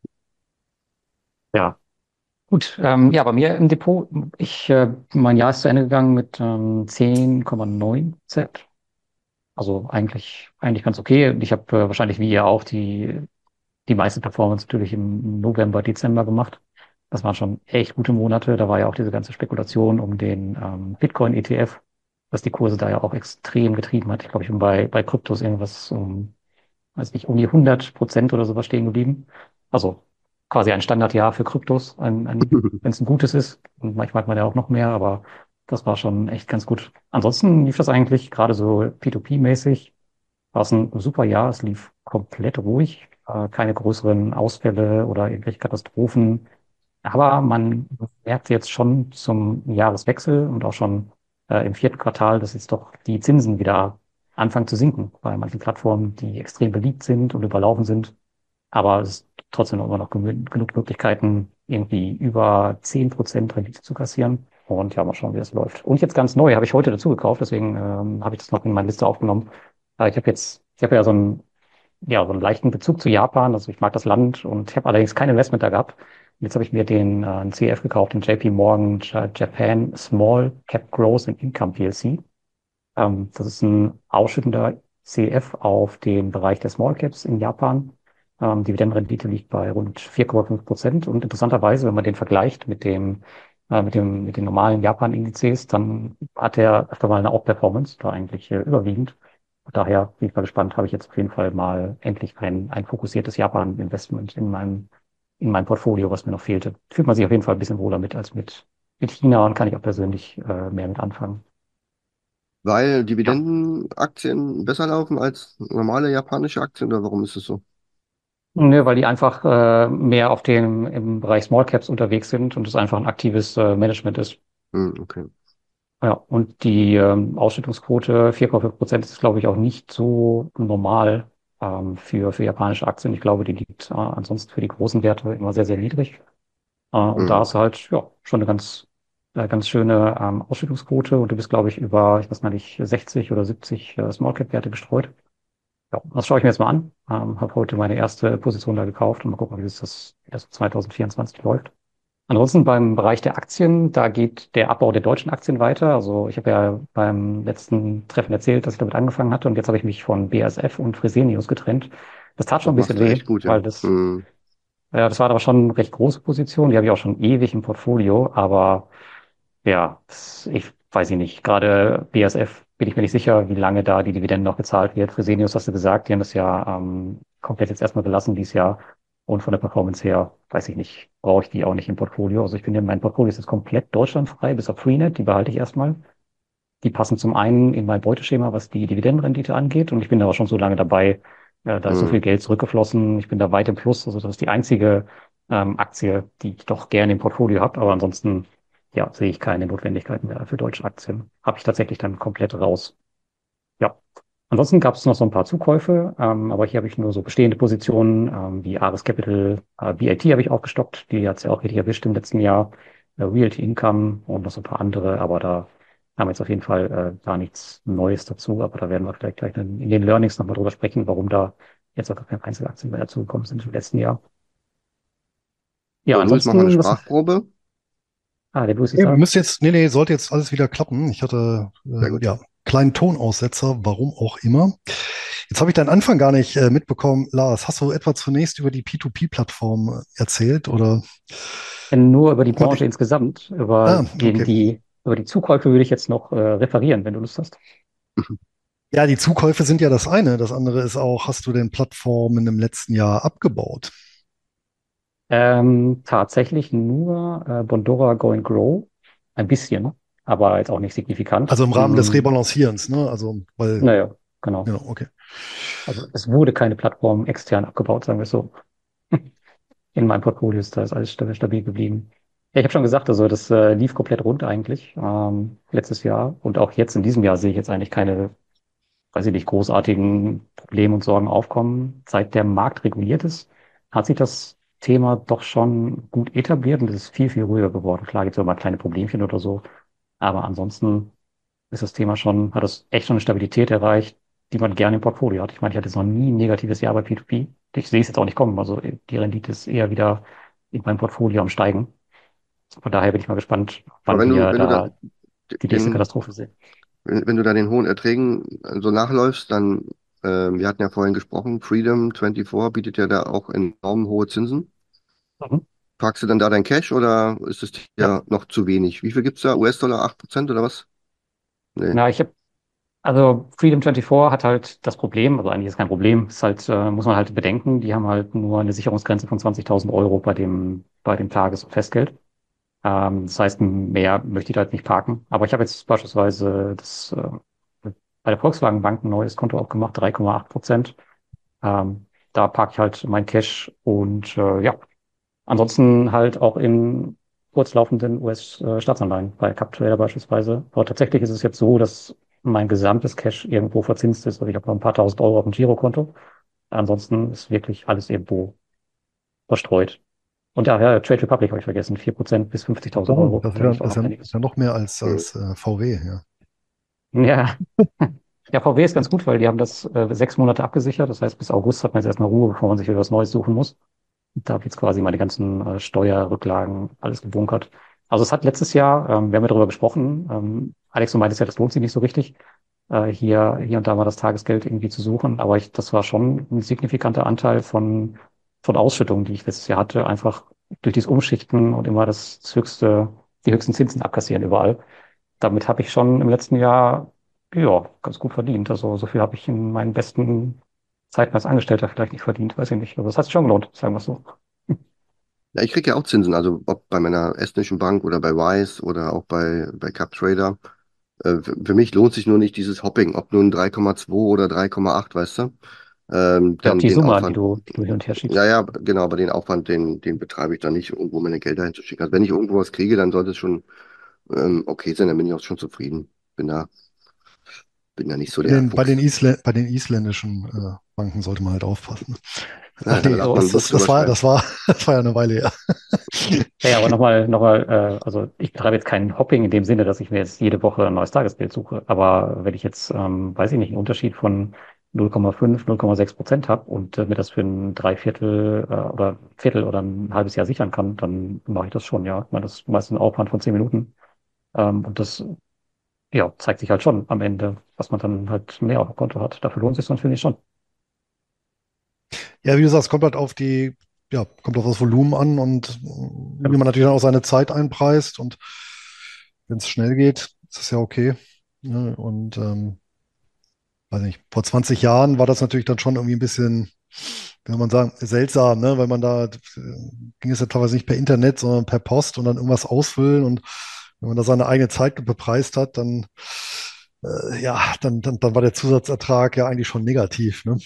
ja. Gut, ähm, ja, bei mir im Depot, ich, äh, mein Jahr ist zu Ende gegangen mit ähm, zehn Komma neun Prozent. Also eigentlich, eigentlich ganz okay. Und ich habe äh, wahrscheinlich wie ihr auch die, die meiste Performance natürlich im November, Dezember gemacht. Das waren schon echt gute Monate. Da war ja auch diese ganze Spekulation um den ähm, Bitcoin-E T F, was die Kurse da ja auch extrem getrieben hat. Ich glaube, ich bin bei, bei Kryptos irgendwas um, weiß nicht, um die hundert Prozent oder sowas stehen geblieben. Also quasi ein Standardjahr für Kryptos, ein, ein, wenn es ein gutes ist. Und manchmal hat man ja auch noch mehr, aber das war schon echt ganz gut. Ansonsten lief das eigentlich gerade so P to P-mäßig. War es ein super Jahr. Es lief komplett ruhig. Äh, keine größeren Ausfälle oder irgendwelche Katastrophen. Aber man merkt jetzt schon zum Jahreswechsel und auch schon äh, im vierten Quartal, dass jetzt doch die Zinsen wieder anfangen zu sinken bei manchen Plattformen, die extrem beliebt sind und überlaufen sind. Aber es ist trotzdem noch immer noch genü- genug Möglichkeiten, irgendwie über zehn Prozent Rendite zu kassieren. Und ja, mal schauen, wie das läuft. Und jetzt ganz neu, habe ich heute dazu gekauft, deswegen ähm, habe ich das noch in meine Liste aufgenommen. Äh, ich habe jetzt, ich habe ja so einen, ja, so einen leichten Bezug zu Japan. Also ich mag das Land und ich habe allerdings kein Investment da gehabt. Jetzt habe ich mir den äh, einen C F gekauft, den J P Morgan Ja- Japan Small Cap Growth and Income P L C. Ähm, das ist ein ausschüttender C F auf den Bereich der Small Caps in Japan. Ähm, Dividendenrendite liegt bei rund vier Komma fünf Prozent. Und interessanterweise, wenn man den vergleicht mit dem, äh, mit dem, mit den normalen Japan-Indizes, dann hat er öfter mal eine Outperformance, da eigentlich äh, überwiegend. Daher bin ich mal gespannt, habe ich jetzt auf jeden Fall mal endlich ein, ein fokussiertes Japan-Investment in meinem, in meinem Portfolio, was mir noch fehlte. Fühlt man sich auf jeden Fall ein bisschen wohler mit als mit, mit China und kann ich auch persönlich äh, mehr mit anfangen. Weil Ja. Dividendenaktien besser laufen als normale japanische Aktien oder warum ist es so? Nö, weil die einfach äh, mehr auf dem im Bereich Small Caps unterwegs sind und es einfach ein aktives äh, Management ist. Hm, okay. Ja, und die ähm, Ausschüttungsquote vier Komma fünf Prozent ist, glaube ich, auch nicht so normal ähm, für, für japanische Aktien. Ich glaube, die liegt äh, ansonsten für die großen Werte immer sehr, sehr niedrig. Äh, und da Hm. ist halt ja schon eine ganz, äh, ganz schöne ähm, Ausschüttungsquote und du bist, glaube ich, über, ich weiß gar nicht, sechzig oder siebzig äh, Small Cap Werte gestreut. Ja, das schaue ich mir jetzt mal an. Ähm, habe heute meine erste Position da gekauft und mal gucken, wie es das erst zwanzig vierundzwanzig läuft. Ansonsten beim Bereich der Aktien, da geht der Abbau der deutschen Aktien weiter. Also ich habe ja beim letzten Treffen erzählt, dass ich damit angefangen hatte und jetzt habe ich mich von B A S F und Fresenius getrennt. Das tat schon Das ein bisschen machst du weh, echt gut, ja. weil das, Hm. ja, das war aber schon eine recht große Position. Die habe ich auch schon ewig im Portfolio, aber ja, das- ich weiß ich nicht. Gerade B A S F bin ich mir nicht sicher, wie lange da die Dividende noch gezahlt wird. Fresenius hast du gesagt, die haben das ja ähm, komplett jetzt erstmal gelassen dieses Jahr. Und von der Performance her, weiß ich nicht, brauche ich die auch nicht im Portfolio. Also ich finde, mein Portfolio ist jetzt komplett deutschlandfrei, bis auf Freenet, die behalte ich erstmal. Die passen zum einen in mein Beuteschema, was die Dividendenrendite angeht. Und ich bin da auch schon so lange dabei, äh, da ist so Hm. viel Geld zurückgeflossen. Ich bin da weit im Plus. Also das ist die einzige ähm, Aktie, die ich doch gerne im Portfolio habe. Aber ansonsten, ja, sehe ich keine Notwendigkeit mehr für deutsche Aktien. Habe ich tatsächlich dann komplett raus. Ja. Ansonsten gab es noch so ein paar Zukäufe, ähm, aber hier habe ich nur so bestehende Positionen, ähm, wie Ares Capital, äh, B A T habe ich aufgestockt, die hat es ja auch richtig erwischt im letzten Jahr, äh, Realty Income und noch so ein paar andere, aber da haben wir jetzt auf jeden Fall äh, gar nichts Neues dazu, aber da werden wir vielleicht gleich in, in den Learnings nochmal drüber sprechen, warum da jetzt auch gar keine Einzelaktien mehr dazugekommen sind im letzten Jahr. Ja, So, Luis, mach mal eine ansonsten, was, Sprachprobe. ah, der Bruce ist Nee, da. müsste jetzt, nee, nee, sollte jetzt alles wieder klappen. Ich hatte, Sehr äh, gut. ja, kleinen Tonaussetzer, warum auch immer. Jetzt habe ich deinen Anfang gar nicht äh, mitbekommen. Lars, hast du etwa zunächst über die P zwei P-Plattform erzählt oder? Nur über die Konnte Branche ich, insgesamt, über ah, den, okay. die, über die Zukäufe würde ich jetzt noch äh, referieren, wenn du Lust hast. Ja, die Zukäufe sind ja das eine. Das andere ist auch, hast du den Plattformen im letzten Jahr abgebaut? Ähm, tatsächlich nur äh, Bondora Go and Grow. Ein bisschen, aber jetzt auch nicht signifikant. Also im Rahmen des Hm, Rebalancierens, ne? Also, weil, naja, genau. ja, okay. Also es wurde keine Plattform extern abgebaut, sagen wir es so. In meinem Portfolio ist das alles sta- stabil geblieben. Ja, ich habe schon gesagt, also das äh, lief komplett rund eigentlich ähm, letztes Jahr. Und auch jetzt in diesem Jahr sehe ich jetzt eigentlich keine, weiß ich nicht, großartigen Probleme und Sorgen aufkommen. Seit der Markt reguliert ist, hat sich das Thema doch schon gut etabliert und es ist viel, viel ruhiger geworden. Klar gibt es immer mal kleine Problemchen oder so, aber ansonsten ist das Thema schon, hat es echt schon eine Stabilität erreicht, die man gerne im Portfolio hat. Ich meine, ich hatte jetzt noch nie ein negatives Jahr bei P zwei P. Ich sehe es jetzt auch nicht kommen. Also die Rendite ist eher wieder in meinem Portfolio am Steigen. Von daher bin ich mal gespannt, Aber wann wenn du, wir wenn du da da die nächste den, Katastrophe sehen. wenn, wenn du da den hohen Erträgen so nachläufst, dann, ähm, wir hatten ja vorhin gesprochen, Freedom vierundzwanzig bietet ja da auch enorm hohe Zinsen. Mhm. Parkst du dann da dein Cash oder ist es Ja. dir noch zu wenig? Wie viel gibt's da? U S-Dollar acht Prozent oder was? Nee. Na, ich habe Also Freedom vierundzwanzig hat halt das Problem, also eigentlich ist kein Problem, ist halt, äh, muss man halt bedenken, die haben halt nur eine Sicherungsgrenze von zwanzigtausend Euro bei dem, bei dem Tages- und Festgeld. Ähm, das heißt, mehr möchte ich da halt nicht parken. Aber ich habe jetzt beispielsweise das, äh, bei der Volkswagen Bank ein neues Konto aufgemacht, drei Komma acht Prozent. Ähm, da parke ich halt mein Cash und äh, ja, ansonsten halt auch in kurzlaufenden U S-Staatsanleihen, bei CapTrader beispielsweise. Aber tatsächlich ist es jetzt so, dass mein gesamtes Cash irgendwo verzinst ist. Also ich habe noch ein paar tausend Euro auf dem Girokonto. Ansonsten ist wirklich alles irgendwo verstreut. Und ja, ja, Trade Republic habe ich vergessen. Vier Prozent bis fünfzigtausend Oh, Euro. das ist Da ja, liegt auch das ist noch ja, ist einiges. ja noch mehr als, Hm. als äh, V W, ja. Ja, ja, V W ist ganz gut, weil die haben das äh, sechs Monate abgesichert. Das heißt, bis August hat man jetzt erstmal Ruhe, bevor man sich wieder was Neues suchen muss. Da habe ich jetzt quasi meine ganzen äh, Steuerrücklagen, alles gebunkert. Also es hat letztes Jahr, ähm, wir haben ja darüber gesprochen, ähm, Alex, du meintest ja, das lohnt sich nicht so richtig, äh, hier, hier und da mal das Tagesgeld irgendwie zu suchen. Aber ich, das war schon ein signifikanter Anteil von, von Ausschüttungen, die ich letztes Jahr hatte, einfach durch dieses Umschichten und immer das, das höchste, die höchsten Zinsen abkassieren überall. Damit habe ich schon im letzten Jahr, ja, ganz gut verdient. Also so viel habe ich in meinen besten Zeiten als Angestellter vielleicht nicht verdient, weiß ich nicht. Aber es hat sich schon gelohnt, sagen wir es so. Ja, ich kriege ja auch Zinsen, also ob bei meiner estnischen Bank oder bei Wise oder auch bei, bei CapTrader. Äh, für, für mich lohnt sich nur nicht dieses Hopping, ob nun drei Komma zwei oder drei Komma acht, weißt du? Ähm, Ja, auch dann die den Summe, die Aufwand, du, die du hin und her ja, schiebst. ja, genau, aber den Aufwand, den, den betreibe ich dann nicht, irgendwo meine Gelder hinzuschicken. Also wenn ich irgendwo was kriege, dann sollte es schon ähm, okay sein, dann bin ich auch schon zufrieden. Bin da, bin da nicht so Bei der den, bei den, Fuchs. Isla bei den isländischen äh, Banken sollte man halt aufpassen. Ach Ja, da nee, darf Also, man ein das, Buch das, das drüber war, schreiben. das war, das war ja eine Weile her. ja, ja, aber nochmal, nochmal, äh, also ich betreibe jetzt kein Hopping in dem Sinne, dass ich mir jetzt jede Woche ein neues Tagesgeld suche. Aber wenn ich jetzt, ähm, weiß ich nicht, einen Unterschied von null Komma fünf, null Komma sechs Prozent habe und äh, mir das für ein Dreiviertel äh, oder ein Viertel oder ein halbes Jahr sichern kann, dann mache ich das schon, ja. Ich meine, das ist meistens ein Aufwand von zehn Minuten. Ähm, und das, ja, zeigt sich halt schon am Ende, was man dann halt mehr auf dem Konto hat. Dafür lohnt sich dann, finde ich schon. Ja, wie du sagst, kommt halt auf die, ja, kommt auf das Volumen an und äh, wie man natürlich dann auch seine Zeit einpreist und wenn es schnell geht, ist es ja okay. Ne? Und ähm, weiß nicht, vor zwanzig Jahren war das natürlich dann schon irgendwie ein bisschen, wie soll man sagen, seltsam, ne? Weil man da äh, ging es ja teilweise nicht per Internet, sondern per Post und dann irgendwas ausfüllen und wenn man da seine eigene Zeit bepreist hat, dann äh, ja, dann, dann, dann war der Zusatzertrag ja eigentlich schon negativ, ne?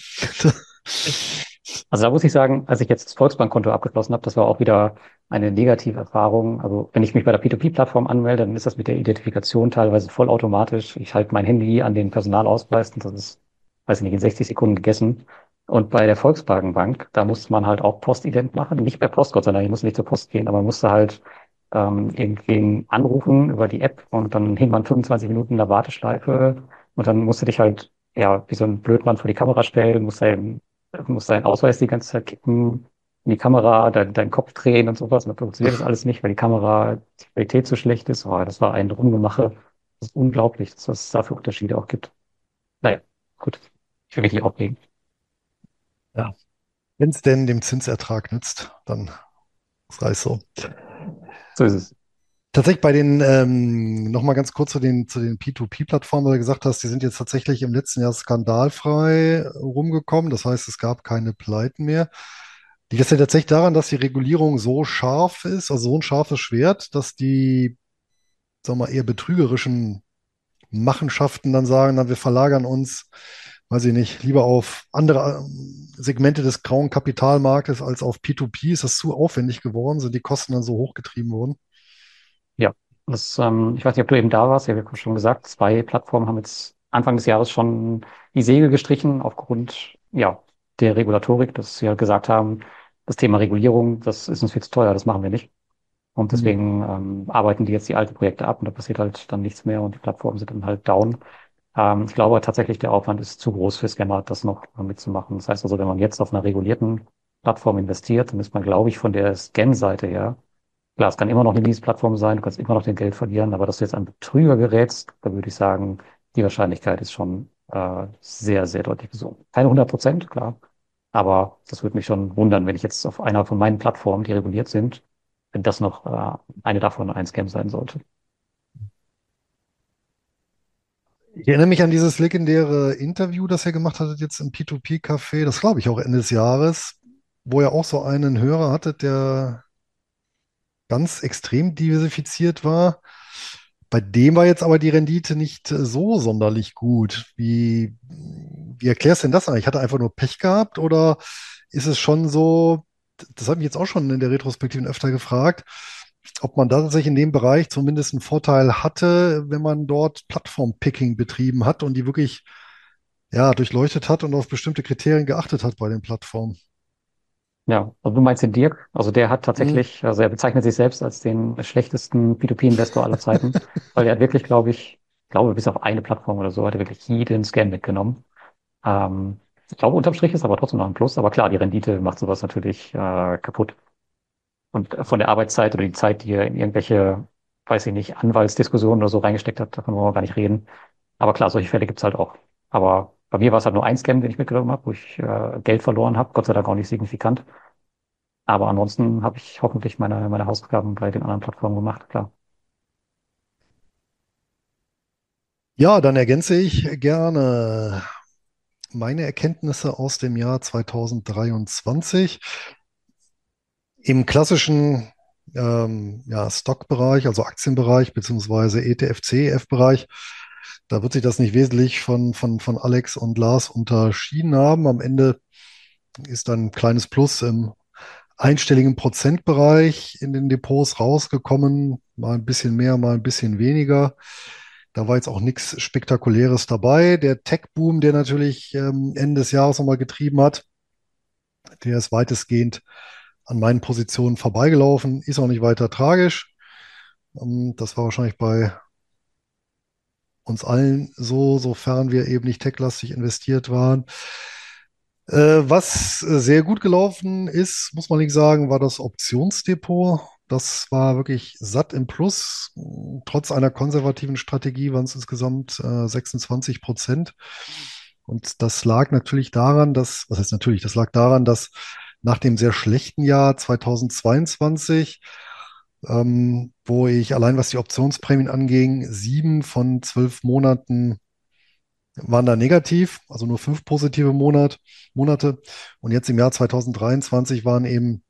Also da muss ich sagen, als ich jetzt das Volksbankkonto abgeschlossen habe, das war auch wieder eine negative Erfahrung. Also wenn ich mich bei der P zwei P-Plattform anmelde, dann ist das mit der Identifikation teilweise vollautomatisch. Ich halte mein Handy an den Personalausweis und das ist, weiß ich nicht, in sechzig Sekunden gegessen. Und bei der Volkswagen da musste man halt auch Postident machen. Nicht per Post, Gott sei Dank, ich musste nicht zur Post gehen, aber man musste halt ähm, irgendwen anrufen über die App und dann hing man fünfundzwanzig Minuten in der Warteschleife und dann musste dich halt, ja, wie so ein Blödmann vor die Kamera stellen, musste einen Du musst deinen Ausweis die ganze Zeit kippen, in die Kamera, dein, deinen Kopf drehen und sowas. Und dann funktioniert das alles nicht, weil die Kamera, die Qualität so schlecht ist. Oh, das war ein Rumgemache. Das ist unglaublich, dass es da für Unterschiede auch gibt. Naja, gut. Ich will mich nicht aufregen. Ja. Wenn es denn dem Zinsertrag nützt, dann sei es so. So ist es. Tatsächlich bei den, ähm, nochmal ganz kurz zu den, zu den P zwei P-Plattformen, weil du gesagt hast, die sind jetzt tatsächlich im letzten Jahr skandalfrei rumgekommen. Das heißt, es gab keine Pleiten mehr. Liegt das denn tatsächlich daran, dass die Regulierung so scharf ist, also so ein scharfes Schwert, dass die, sagen wir mal, eher betrügerischen Machenschaften dann sagen, na, wir verlagern uns, weiß ich nicht, lieber auf andere ähm, Segmente des grauen Kapitalmarktes als auf P zwei P? Ist das zu aufwendig geworden? Sind die Kosten dann so hochgetrieben worden? Ja, das, ähm, ich weiß nicht, ob du eben da warst. Ja, wir haben schon gesagt, zwei Plattformen haben jetzt Anfang des Jahres schon die Segel gestrichen aufgrund, ja, der Regulatorik, dass sie halt gesagt haben, das Thema Regulierung, das ist uns viel zu teuer, das machen wir nicht. Und Hm. deswegen ähm, arbeiten die jetzt die alten Projekte ab und da passiert halt dann nichts mehr und die Plattformen sind dann halt down. Ähm, ich glaube tatsächlich, der Aufwand ist zu groß für Scammer, das noch mitzumachen. Das heißt also, wenn man jetzt auf einer regulierten Plattform investiert, dann ist man, glaube ich, von der Scam-Seite her, klar, es kann immer noch eine Lease-Plattform sein, du kannst immer noch dein Geld verlieren, aber dass du jetzt an Betrüger gerätst, da würde ich sagen, die Wahrscheinlichkeit ist schon äh, sehr, sehr deutlich gesunken. Keine hundert Prozent, klar, aber das würde mich schon wundern, wenn ich jetzt auf einer von meinen Plattformen, die reguliert sind, wenn das noch äh, eine davon ein Scam sein sollte. Ich erinnere mich an dieses legendäre Interview, das ihr gemacht hattet jetzt im P zwei P-Café, das glaube ich auch Ende des Jahres, wo ihr auch so einen Hörer hattet, der ganz extrem diversifiziert war. Bei dem war jetzt aber die Rendite nicht äh, so sonderlich gut. Wie, wie erklärst du denn das eigentlich? Hat er einfach nur Pech gehabt oder ist es schon so, das hat mich jetzt auch schon in der Retrospektive öfter gefragt, ob man da tatsächlich in dem Bereich zumindest einen Vorteil hatte, wenn man dort Plattform-Picking betrieben hat und die wirklich ja, durchleuchtet hat und auf bestimmte Kriterien geachtet hat bei den Plattformen. Ja, also du meinst den Dirk, also der hat Hm. tatsächlich, also er bezeichnet sich selbst als den schlechtesten P zwei P-Investor aller Zeiten, weil er hat wirklich, glaube ich, glaube bis auf eine Plattform oder so, hat er wirklich jeden Scam mitgenommen. Ähm, Ich glaube, unterm Strich ist aber trotzdem noch ein Plus. Aber klar, die Rendite macht sowas natürlich äh, kaputt. Und von der Arbeitszeit oder die Zeit, die ihr in irgendwelche, weiß ich nicht, Anwaltsdiskussionen oder so reingesteckt habt, davon wollen wir gar nicht reden. Aber klar, solche Fälle gibt's halt auch. Aber bei mir war es halt nur ein Scam, den ich mitgenommen habe, wo ich äh, Geld verloren habe. Gott sei Dank auch nicht signifikant. Aber ansonsten habe ich hoffentlich meine, meine Hausaufgaben bei den anderen Plattformen gemacht, klar. Ja, dann ergänze ich gerne meine Erkenntnisse aus dem Jahr zweitausenddreiundzwanzig. Im klassischen ähm, ja, Stock-Bereich, also Aktienbereich, beziehungsweise E T F, C E F-Bereich, da wird sich das nicht wesentlich von, von, von Alex und Lars unterschieden haben. Am Ende ist dann ein kleines Plus im einstelligen Prozentbereich in den Depots rausgekommen. Mal ein bisschen mehr, mal ein bisschen weniger. Da war jetzt auch nichts Spektakuläres dabei. Der Tech-Boom, der natürlich ähm, Ende des Jahres nochmal getrieben hat, der ist weitestgehend an meinen Positionen vorbeigelaufen. Ist auch nicht weiter tragisch. Ähm, das war wahrscheinlich bei uns allen so, sofern wir eben nicht techlastig investiert waren. Äh, was äh, sehr gut gelaufen ist, muss man nicht sagen, war das Optionsdepot. Das war wirklich satt im Plus. Trotz einer konservativen Strategie waren es insgesamt äh, sechsundzwanzig Prozent. Und das lag natürlich daran, dass, was heißt natürlich, das lag daran, dass nach dem sehr schlechten Jahr zweitausendzweiundzwanzig, ähm, wo ich allein was die Optionsprämien anging, sieben von zwölf Monaten waren da negativ, also nur fünf positive Monat, Monate. Und jetzt im Jahr zweitausenddreiundzwanzig waren eben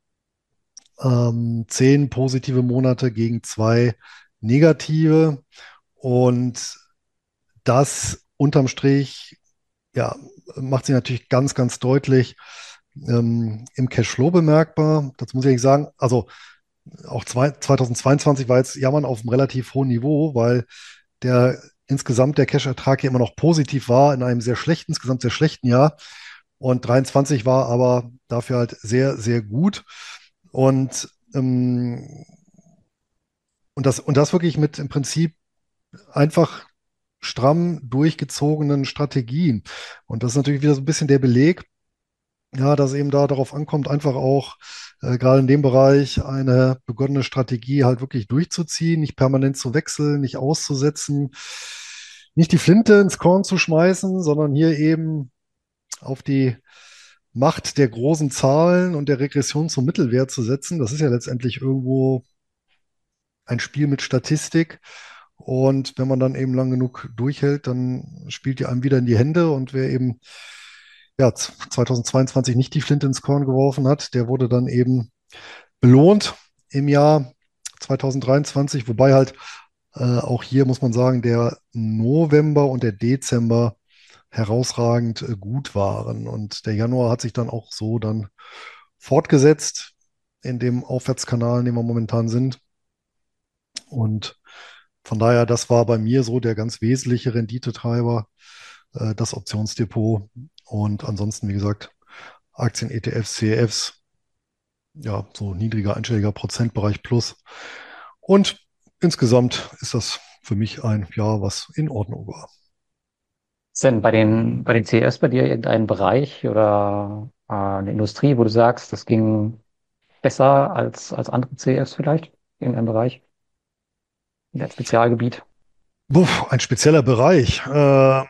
ähm, zehn positive Monate gegen zwei negative. Und das unterm Strich, ja, macht sich natürlich ganz, ganz deutlich ähm, im Cashflow bemerkbar. Das muss ich ehrlich sagen. Also auch zwei, zweitausendzweiundzwanzig war jetzt Jammern auf einem relativ hohen Niveau, weil der insgesamt der Cash-Ertrag hier immer noch positiv war in einem sehr schlechten, insgesamt sehr schlechten Jahr. Und dreiundzwanzig war aber dafür halt sehr, sehr gut. Und, ähm, und, das, und das wirklich mit im Prinzip einfach stramm durchgezogenen Strategien. Und das ist natürlich wieder so ein bisschen der Beleg, ja, dass es eben da darauf ankommt, einfach auch äh, gerade in dem Bereich eine begonnene Strategie halt wirklich durchzuziehen, nicht permanent zu wechseln, nicht auszusetzen, nicht die Flinte ins Korn zu schmeißen, sondern hier eben auf die Macht der großen Zahlen und der Regression zum Mittelwert zu setzen. Das ist ja letztendlich irgendwo ein Spiel mit Statistik. Und wenn man dann eben lang genug durchhält, dann spielt die einem wieder in die Hände. Und wer eben ja, zweitausendzweiundzwanzig nicht die Flinte ins Korn geworfen hat, der wurde dann eben belohnt im Jahr zweitausenddreiundzwanzig, wobei halt äh, auch hier muss man sagen, der November und der Dezember herausragend äh, gut waren. Und der Januar hat sich dann auch so dann fortgesetzt in dem Aufwärtskanal, in dem wir momentan sind. Und von daher, das war bei mir so der ganz wesentliche Renditetreiber, äh, das Optionsdepot. Und ansonsten, wie gesagt, Aktien, E T Fs, C E Fs, ja, so niedriger einstelliger Prozentbereich plus. Und insgesamt ist das für mich ein Jahr, was in Ordnung war. Ist denn bei den, bei den C E Os bei dir irgendein Bereich oder äh, eine Industrie, wo du sagst, das ging besser als, als andere C E Os vielleicht? Irgendein Bereich? Ein Spezialgebiet? Puh, ein spezieller Bereich. Äh,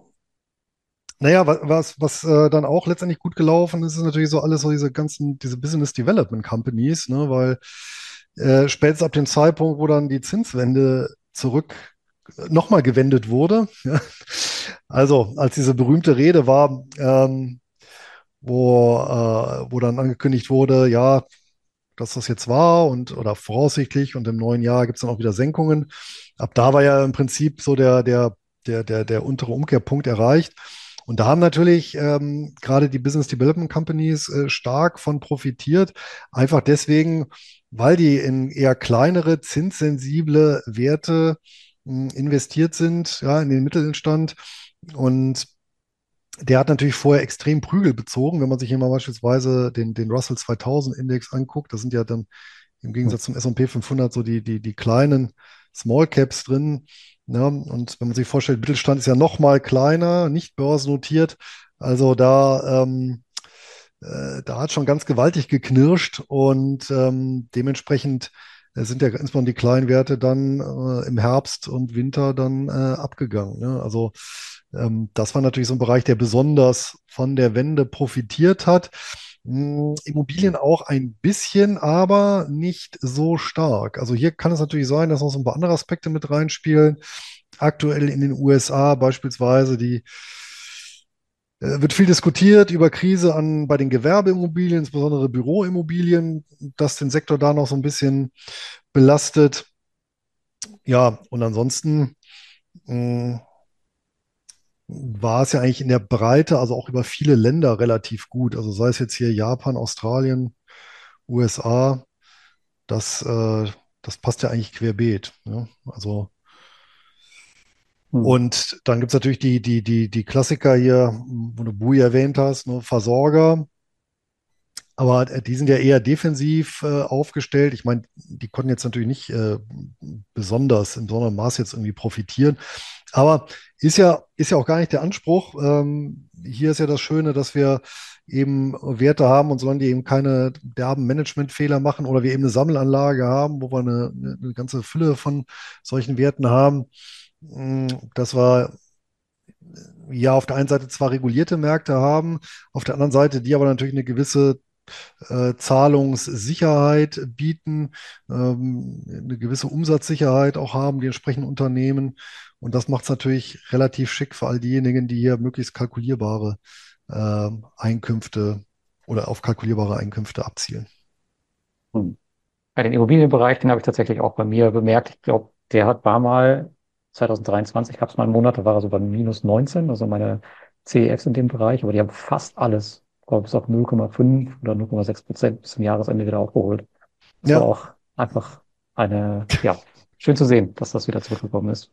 naja, wa- was, was äh, dann auch letztendlich gut gelaufen ist, ist natürlich so alles so diese ganzen, diese Business Development Companies, ne, weil äh, spätestens ab dem Zeitpunkt, wo dann die Zinswende zurück nochmal gewendet wurde, ja, also als diese berühmte Rede war, ähm, wo, äh, wo dann angekündigt wurde, ja, dass das jetzt war und oder voraussichtlich und im neuen Jahr gibt es dann auch wieder Senkungen. Ab da war ja im Prinzip so der, der, der, der, der untere Umkehrpunkt erreicht. Und da haben natürlich ähm, gerade die Business Development Companies äh, stark von profitiert. Einfach deswegen, weil die in eher kleinere, zinssensible Werte mh, investiert sind, ja, in den Mittelstand. Und der hat natürlich vorher extrem Prügel bezogen. Wenn man sich hier mal beispielsweise den, den Russell zweitausend Index anguckt, da sind ja dann im Gegensatz zum S und P fünfhundert so die, die, die kleinen Small Caps drin. Ja, und wenn man sich vorstellt, Mittelstand ist ja noch mal kleiner, nicht börsennotiert, Also da, ähm, äh, da hat schon ganz gewaltig geknirscht und ähm, dementsprechend äh, sind ja insbesondere die Kleinwerte dann äh, im Herbst und Winter dann äh, abgegangen. Ne? Also ähm, das war natürlich so ein Bereich, der besonders von der Wende profitiert hat. Hm, Immobilien auch ein bisschen, aber nicht so stark. Also hier kann es natürlich sein, dass noch so ein paar andere Aspekte mit reinspielen. Aktuell in den U S A beispielsweise die äh, wird viel diskutiert über Krise an, bei den Gewerbeimmobilien, insbesondere Büroimmobilien, dass den Sektor da noch so ein bisschen belastet. Ja, und ansonsten mh, war es ja eigentlich in der Breite, also auch über viele Länder relativ gut. Also sei es jetzt hier Japan, Australien, U S A, das, äh, das passt ja eigentlich querbeet. Ne? Also, Hm. und dann gibt es natürlich die, die, die, die Klassiker hier, wo du Bui erwähnt hast, ne? Versorger. Aber äh, die sind ja eher defensiv äh, aufgestellt. Ich meine, die konnten jetzt natürlich nicht äh, besonders im besonderen Maß jetzt irgendwie profitieren. Aber ist ja, ist ja auch gar nicht der Anspruch. Ähm, hier ist ja das Schöne, dass wir eben Werte haben und solange die eben keine derben Managementfehler machen oder wir eben eine Sammelanlage haben, wo wir eine, eine, eine ganze Fülle von solchen Werten haben, mh, dass wir ja auf der einen Seite zwar regulierte Märkte haben, auf der anderen Seite die aber natürlich eine gewisse äh, Zahlungssicherheit bieten, ähm, eine gewisse Umsatzsicherheit auch haben, die entsprechenden Unternehmen. Und das macht es natürlich relativ schick für all diejenigen, die hier möglichst kalkulierbare ähm, Einkünfte oder auf kalkulierbare Einkünfte abzielen. Hm. Bei den Immobilienbereich, den habe ich tatsächlich auch bei mir bemerkt. Ich glaube, der hat war mal zwanzig dreiundzwanzig, gab es mal einen Monat, da war er so bei minus neunzehn, also meine C E Fs in dem Bereich, aber die haben fast alles, ich glaube, bis auf null Komma fünf oder null Komma sechs Prozent bis zum Jahresende wieder aufgeholt. Das war Ja, auch einfach eine, ja, schön zu sehen, dass das wieder zurückgekommen ist.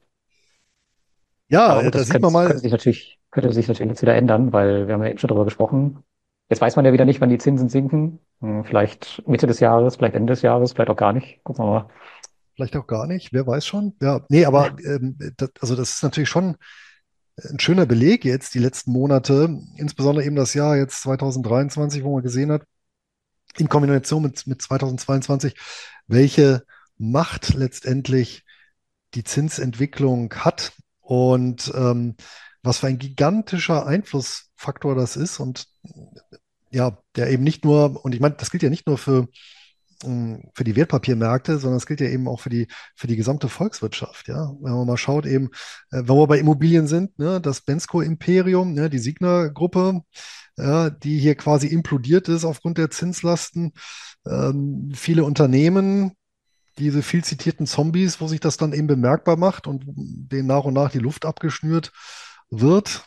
ja, Aber äh, gut, da das sieht könnte, man mal, könnte sich natürlich, könnte sich natürlich jetzt wieder ändern, weil wir haben ja eben schon darüber gesprochen. Jetzt weiß man ja wieder nicht, wann die Zinsen sinken. Hm, vielleicht Mitte des Jahres, vielleicht Ende des Jahres, vielleicht auch gar nicht. Gucken wir mal. vielleicht auch gar nicht, wer weiß schon. Ja, nee, aber ähm, das, also das ist natürlich schon ein schöner Beleg jetzt, die letzten Monate, insbesondere eben das Jahr jetzt zwanzig dreiundzwanzig, wo man gesehen hat, in Kombination mit, mit zwanzig zweiundzwanzig, welche Macht letztendlich die Zinsentwicklung hat und ähm, was für ein gigantischer Einflussfaktor das ist. Und ja, der eben nicht nur, und ich meine, das gilt ja nicht nur für, ähm, für die Wertpapiermärkte, sondern es gilt ja eben auch für die, für die gesamte Volkswirtschaft. Ja? Wenn man mal schaut, eben, äh, wenn wir bei Immobilien sind, ne, das Bensko-Imperium, ne, die Signa-Gruppe, ja, die hier quasi implodiert ist aufgrund der Zinslasten. Ähm, viele Unternehmen, diese viel zitierten Zombies, wo sich das dann eben bemerkbar macht und denen nach und nach die Luft abgeschnürt wird.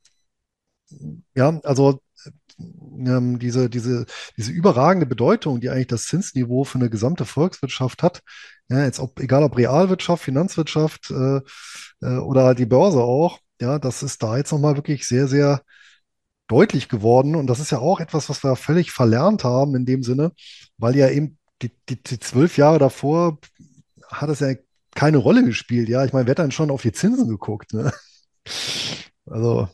Ja, also ähm, diese, diese, diese überragende Bedeutung, die eigentlich das Zinsniveau für eine gesamte Volkswirtschaft hat, ja, jetzt ob, egal ob Realwirtschaft, Finanzwirtschaft äh, äh, oder halt die Börse auch, ja, das ist da jetzt nochmal wirklich sehr, sehr deutlich geworden. Und das ist ja auch etwas, was wir völlig verlernt haben in dem Sinne, weil ja eben die, die, die zwölf Jahre davor hat es ja keine Rolle gespielt. Ja, ich meine, wer hat dann schon auf die Zinsen geguckt? Ne? Also,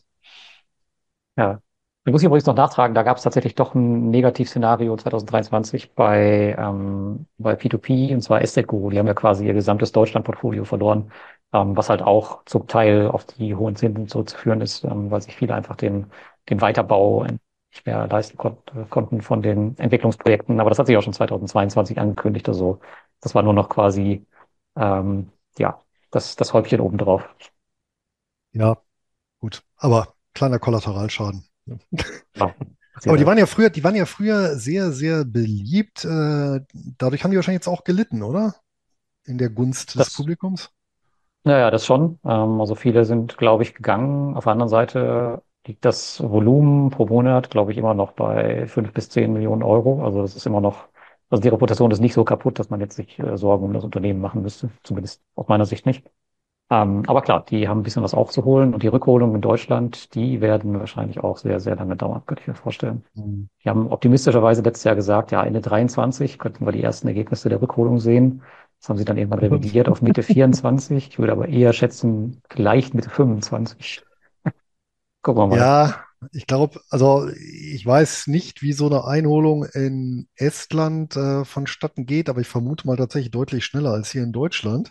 Ja. Ich muss hier übrigens noch nachtragen, da gab es tatsächlich doch ein Negativszenario zwanzig dreiundzwanzig bei, ähm, bei P zwei P, und zwar Estate Guru. Die haben ja quasi ihr gesamtes Deutschland-Portfolio verloren, ähm, was halt auch zum Teil auf die hohen Zinsen zurückzuführen ist, ähm, weil sich viele einfach den, den Weiterbau nicht mehr leisten kon konnten von den Entwicklungsprojekten. Aber das hat sich auch schon zwanzig zweiundzwanzig angekündigt. Also das war nur noch quasi, ähm, ja, das, das Häubchen obendrauf. ja, gut. Aber kleiner Kollateralschaden. Ja, Aber passiert die halt. waren ja früher, die waren ja früher sehr, sehr beliebt. Äh, dadurch haben die wahrscheinlich jetzt auch gelitten, oder? In der Gunst des Das Publikums. Ja, ja, das schon. Ähm, also viele sind, glaube ich, gegangen. Auf der anderen Seite liegt das Volumen pro Monat, glaube ich, immer noch bei fünf bis zehn Millionen Euro. Also das ist immer noch, also die Reputation ist nicht so kaputt, dass man jetzt sich äh, Sorgen um das Unternehmen machen müsste. Zumindest aus meiner Sicht nicht. Ähm, aber klar, die haben ein bisschen was aufzuholen und die Rückholungen in Deutschland, die werden wahrscheinlich auch sehr, sehr lange dauern, könnte ich mir vorstellen. Hm. Die haben optimistischerweise letztes Jahr gesagt, ja, Ende dreiundzwanzig könnten wir die ersten Ergebnisse der Rückholung sehen. Das haben sie dann irgendwann revidiert auf Mitte vierundzwanzig. Ich würde aber eher schätzen, vielleicht Mitte fünfundzwanzig. Gucken wir mal. Ja, Ich glaube, also ich weiß nicht, wie so eine Einholung in Estland äh, vonstatten geht, aber ich vermute mal tatsächlich deutlich schneller als hier in Deutschland.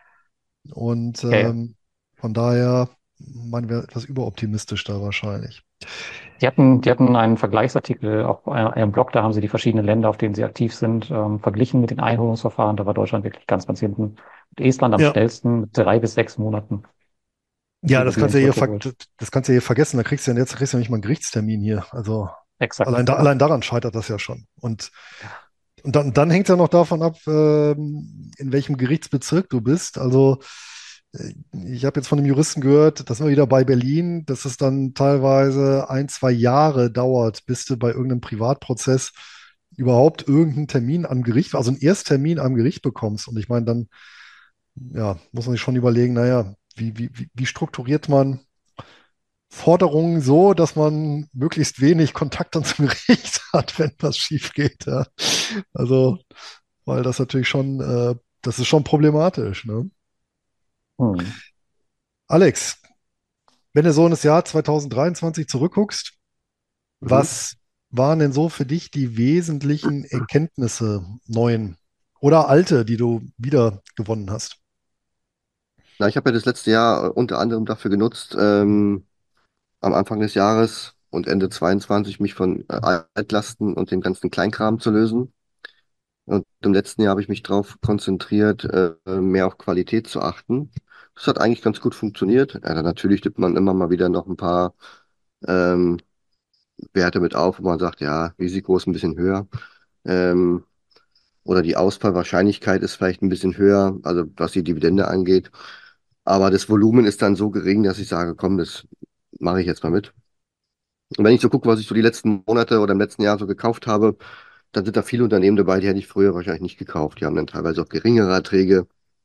Und Ja, ja. ähm, von daher, man wäre etwas überoptimistisch da wahrscheinlich. Die hatten, die hatten einen Vergleichsartikel auf einer- einem Blog, da haben sie die verschiedenen Länder, auf denen sie aktiv sind, ähm, verglichen mit den Einholungsverfahren. Da war Deutschland wirklich ganz, ganz hinten. Und Estland am Ja, schnellsten mit drei bis sechs Monaten ja, die das Gebühren kannst du ja hier, ver zurückgeholt. das kannst du ja hier vergessen. Da kriegst du ja jetzt kriegst du ja nicht mal einen Gerichtstermin hier. Also Exakt, allein, da, ja. allein daran scheitert das ja schon. Und, und dann, dann hängt es ja noch davon ab, ähm, in welchem Gerichtsbezirk du bist. Also äh, ich habe jetzt von einem Juristen gehört, das sind wir wieder bei Berlin, dass es dann teilweise ein, zwei Jahre dauert, bis du bei irgendeinem Privatprozess überhaupt irgendeinen Termin am Gericht, also einen Ersttermin am Gericht bekommst. Und ich meine, dann ja, muss man sich schon überlegen, naja, wie, wie, wie wie strukturiert man Forderungen so, dass man möglichst wenig Kontakt dann zum Gericht hat, wenn was schief geht. Ja. Also, weil das natürlich schon, äh, das ist schon problematisch. Ne? Hm. Alex, wenn du so in das Jahr zwanzig dreiundzwanzig zurückguckst, Mhm. was waren denn so für dich die wesentlichen Erkenntnisse, neuen oder alte, die du wieder gewonnen hast? Na, ich habe ja das letzte Jahr äh, unter anderem dafür genutzt, ähm, am Anfang des Jahres und Ende zweiundzwanzig mich von äh, Altlasten und dem ganzen Kleinkram zu lösen. Und im letzten Jahr habe ich mich darauf konzentriert, äh, mehr auf Qualität zu achten. Das hat eigentlich ganz gut funktioniert. Ja, dann natürlich tippt man immer mal wieder noch ein paar ähm, Werte mit auf, wo man sagt, ja, Risiko ist ein bisschen höher. Ähm, oder die Ausfallwahrscheinlichkeit ist vielleicht ein bisschen höher, also was die Dividende angeht. Aber das Volumen ist dann so gering, dass ich sage, komm, das mache ich jetzt mal mit. Und wenn ich so gucke, was ich so die letzten Monate oder im letzten Jahr so gekauft habe, dann sind da viele Unternehmen dabei, die hätte ich früher wahrscheinlich nicht gekauft. Die haben dann teilweise auch geringere Erträge.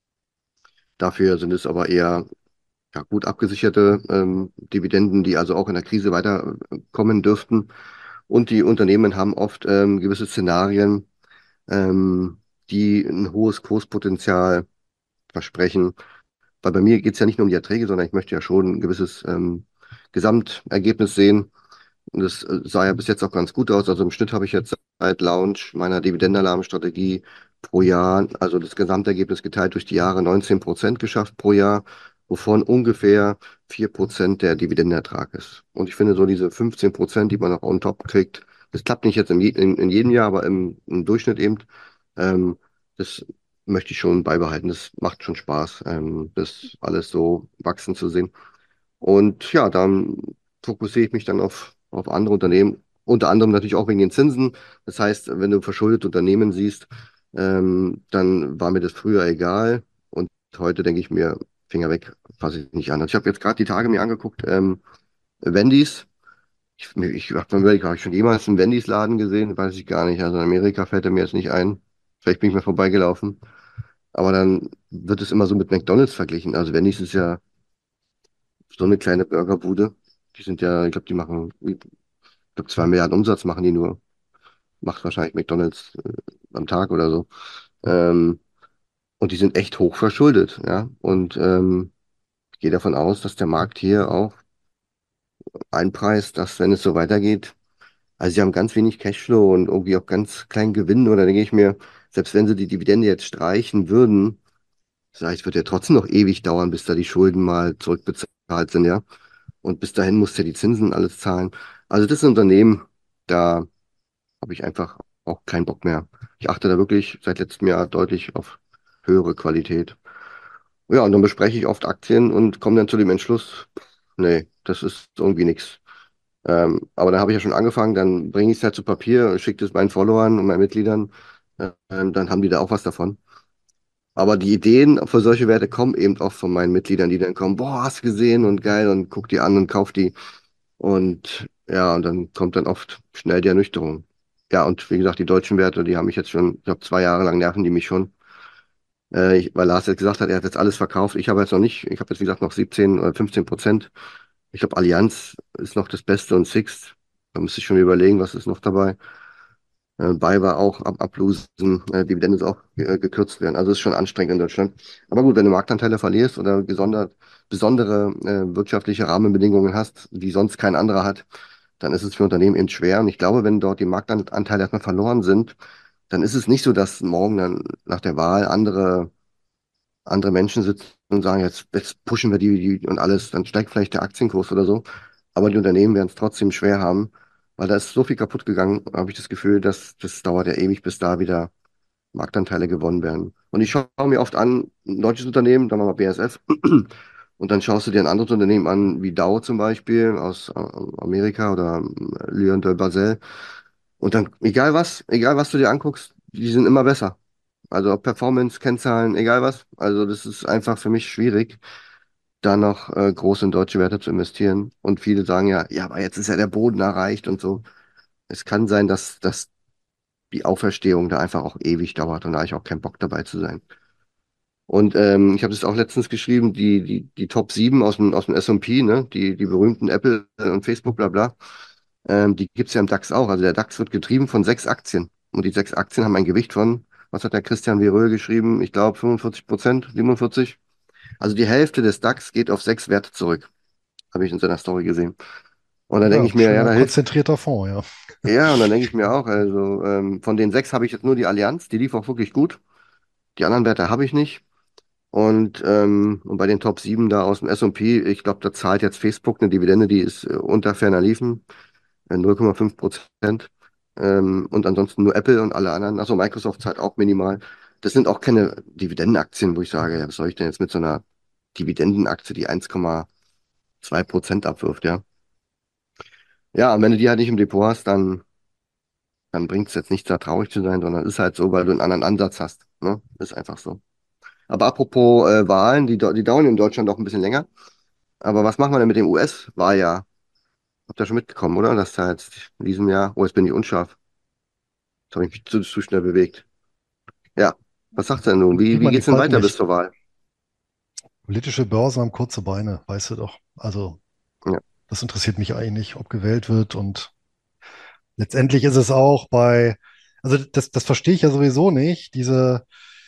Dafür sind es aber eher ja, gut abgesicherte ähm, Dividenden, die also auch in der Krise weiterkommen dürften. Und die Unternehmen haben oft ähm, gewisse Szenarien, ähm, die ein hohes Kurspotenzial versprechen. Weil bei mir geht es ja nicht nur um die Erträge, sondern ich möchte ja schon ein gewisses ähm, Gesamtergebnis sehen. Und das äh, sah ja bis jetzt auch ganz gut aus. Also im Schnitt habe ich jetzt seit Launch meiner Dividendenalarmstrategie pro Jahr, also das Gesamtergebnis geteilt durch die Jahre neunzehn Prozent geschafft pro Jahr, wovon ungefähr vier Prozent der Dividendenertrag ist. Und ich finde so diese fünfzehn Prozent, die man noch on top kriegt, das klappt nicht jetzt in, je, in, in jedem Jahr, aber im, im Durchschnitt eben, ähm, das möchte ich schon beibehalten. Das macht schon Spaß, ähm, das alles so wachsen zu sehen. Und ja, dann fokussiere ich mich dann auf, auf andere Unternehmen, unter anderem natürlich auch wegen den Zinsen. Das heißt, wenn du verschuldete Unternehmen siehst, ähm, dann war mir das früher egal. Und heute denke ich mir, Finger weg, fasse ich nicht an. Also ich habe jetzt gerade die Tage mir angeguckt, ähm, Wendy's. Ich, mir- ich habe mir überlegt, habe ich schon jemals einen Wendy's-Laden gesehen? Weiß ich gar nicht. Also in Amerika fällt er mir jetzt nicht ein. Vielleicht bin ich mal vorbeigelaufen. Aber dann wird es immer so mit McDonald's verglichen. Also Wendy's ist ja so eine kleine Burgerbude. Die sind ja, ich glaube, die machen, ich glaube, zwei Milliarden Umsatz machen die nur. Macht wahrscheinlich McDonald's äh, am Tag oder so. Ähm, und die sind echt hoch verschuldet, ja. Und ähm, ich gehe davon aus, dass der Markt hier auch einpreist, dass wenn es so weitergeht, also sie haben ganz wenig Cashflow und irgendwie auch ganz kleinen Gewinn. Oder denke ich mir, selbst wenn sie die Dividende jetzt streichen würden, sag ich, es wird ja trotzdem noch ewig dauern, bis da die Schulden mal zurückbezahlt sind, ja. Und bis dahin musst du ja die Zinsen und alles zahlen. Also das ist ein Unternehmen, da habe ich einfach auch keinen Bock mehr. Ich achte da wirklich seit letztem Jahr deutlich auf höhere Qualität. Ja, und dann bespreche ich oft Aktien und komme dann zu dem Entschluss, nee, das ist irgendwie nichts. Ähm, aber dann habe ich ja schon angefangen, dann bringe ich es halt zu Papier, schicke es meinen Followern und meinen Mitgliedern, äh, dann haben die da auch was davon. Aber die Ideen für solche Werte kommen eben oft von meinen Mitgliedern, die dann kommen, boah, hast du gesehen und geil und guck die an und kauf die. Und ja, und dann kommt dann oft schnell die Ernüchterung. Ja, und wie gesagt, die deutschen Werte, die haben mich jetzt schon, ich glaube, zwei Jahre lang nerven die mich schon. Äh, ich, weil Lars jetzt gesagt hat, er hat jetzt alles verkauft. Ich habe jetzt noch nicht, ich habe jetzt, wie gesagt, noch siebzehn oder fünfzehn Prozent. Ich glaube, Allianz ist noch das Beste und Sixt. Da müsste ich schon überlegen, was ist noch dabei. Äh, Buy war auch ab ablosen, äh, Dividende ist auch äh, gekürzt werden. Also ist schon anstrengend in Deutschland. Aber gut, wenn du Marktanteile verlierst oder gesondert, besondere äh, wirtschaftliche Rahmenbedingungen hast, die sonst kein anderer hat, dann ist es für Unternehmen eben schwer. Und ich glaube, wenn dort die Marktanteile erstmal verloren sind, dann ist es nicht so, dass morgen dann nach der Wahl andere, andere Menschen sitzen und sagen, jetzt, jetzt pushen wir die, die und alles, dann steigt vielleicht der Aktienkurs oder so. Aber die Unternehmen werden es trotzdem schwer haben, weil da ist so viel kaputt gegangen, habe ich das Gefühl, dass das dauert ja ewig, bis da wieder Marktanteile gewonnen werden. Und ich schaue mir oft an, ein deutsches Unternehmen, sagen wir mal B A S F, und dann schaust du dir ein anderes Unternehmen an, wie Dow zum Beispiel aus äh, Amerika oder äh, Lion de Basel. Und dann, egal was, egal was du dir anguckst, die sind immer besser. Also ob Performance, Kennzahlen, egal was. Also das ist einfach für mich schwierig, da noch äh, groß in deutsche Werte zu investieren. Und viele sagen ja, ja, aber jetzt ist ja der Boden erreicht und so. Es kann sein, dass, dass die Auferstehung da einfach auch ewig dauert und da habe ich auch keinen Bock dabei zu sein. Und ähm, ich habe das auch letztens geschrieben, die, die, die Top sieben aus dem, aus dem S und P, ne, die, die berühmten Apple und Facebook, bla bla, ähm, die gibt's ja im DAX auch. Also der DAX wird getrieben von sechs Aktien. Und die sechs Aktien haben ein Gewicht von, was hat der Christian Veröhl geschrieben? Ich glaube fünfundvierzig Prozent, siebenundvierzig. Also die Hälfte des DAX geht auf sechs Werte zurück, habe ich in seiner Story gesehen. Und dann denke Ja, ich mir, ja, schöner da hilft, konzentrierter Fonds, ja. ja, und dann denke ich mir auch, also ähm, von den sechs habe ich jetzt nur die Allianz, die lief auch wirklich gut. Die anderen Werte habe ich nicht. Und, ähm, und bei den Top sieben da aus dem S und P, ich glaube, da zahlt jetzt Facebook eine Dividende, die ist äh, unter ferner Liefen, äh, null Komma fünf Prozent. Ähm, und ansonsten nur Apple und alle anderen. Also Microsoft zahlt auch minimal. Das sind auch keine Dividendenaktien, wo ich sage, ja, was soll ich denn jetzt mit so einer Dividendenaktie, die eins Komma zwei Prozent abwirft, ja. Ja, und wenn du die halt nicht im Depot hast, dann, dann bringt es jetzt nichts, da traurig zu sein, sondern ist halt so, weil du einen anderen Ansatz hast. Ne? Ist einfach so. Aber apropos äh, Wahlen, die, dau- die dauern in Deutschland auch ein bisschen länger. Aber was machen wir denn mit dem U S-Wahljahr? Habt ihr schon mitbekommen, oder? Dass da jetzt in diesem Jahr, oh, jetzt bin ich unscharf. Jetzt habe ich mich zu, zu schnell bewegt. Ja, was sagst du denn nun? Wie, Sieht wie man die geht's denn Falten weiter bis nicht. zur Wahl? Politische Börsen haben kurze Beine, weißt du doch. Also, Ja. das interessiert mich eigentlich nicht, ob gewählt wird. Und letztendlich ist es auch bei, also das, das verstehe ich ja sowieso nicht, diese,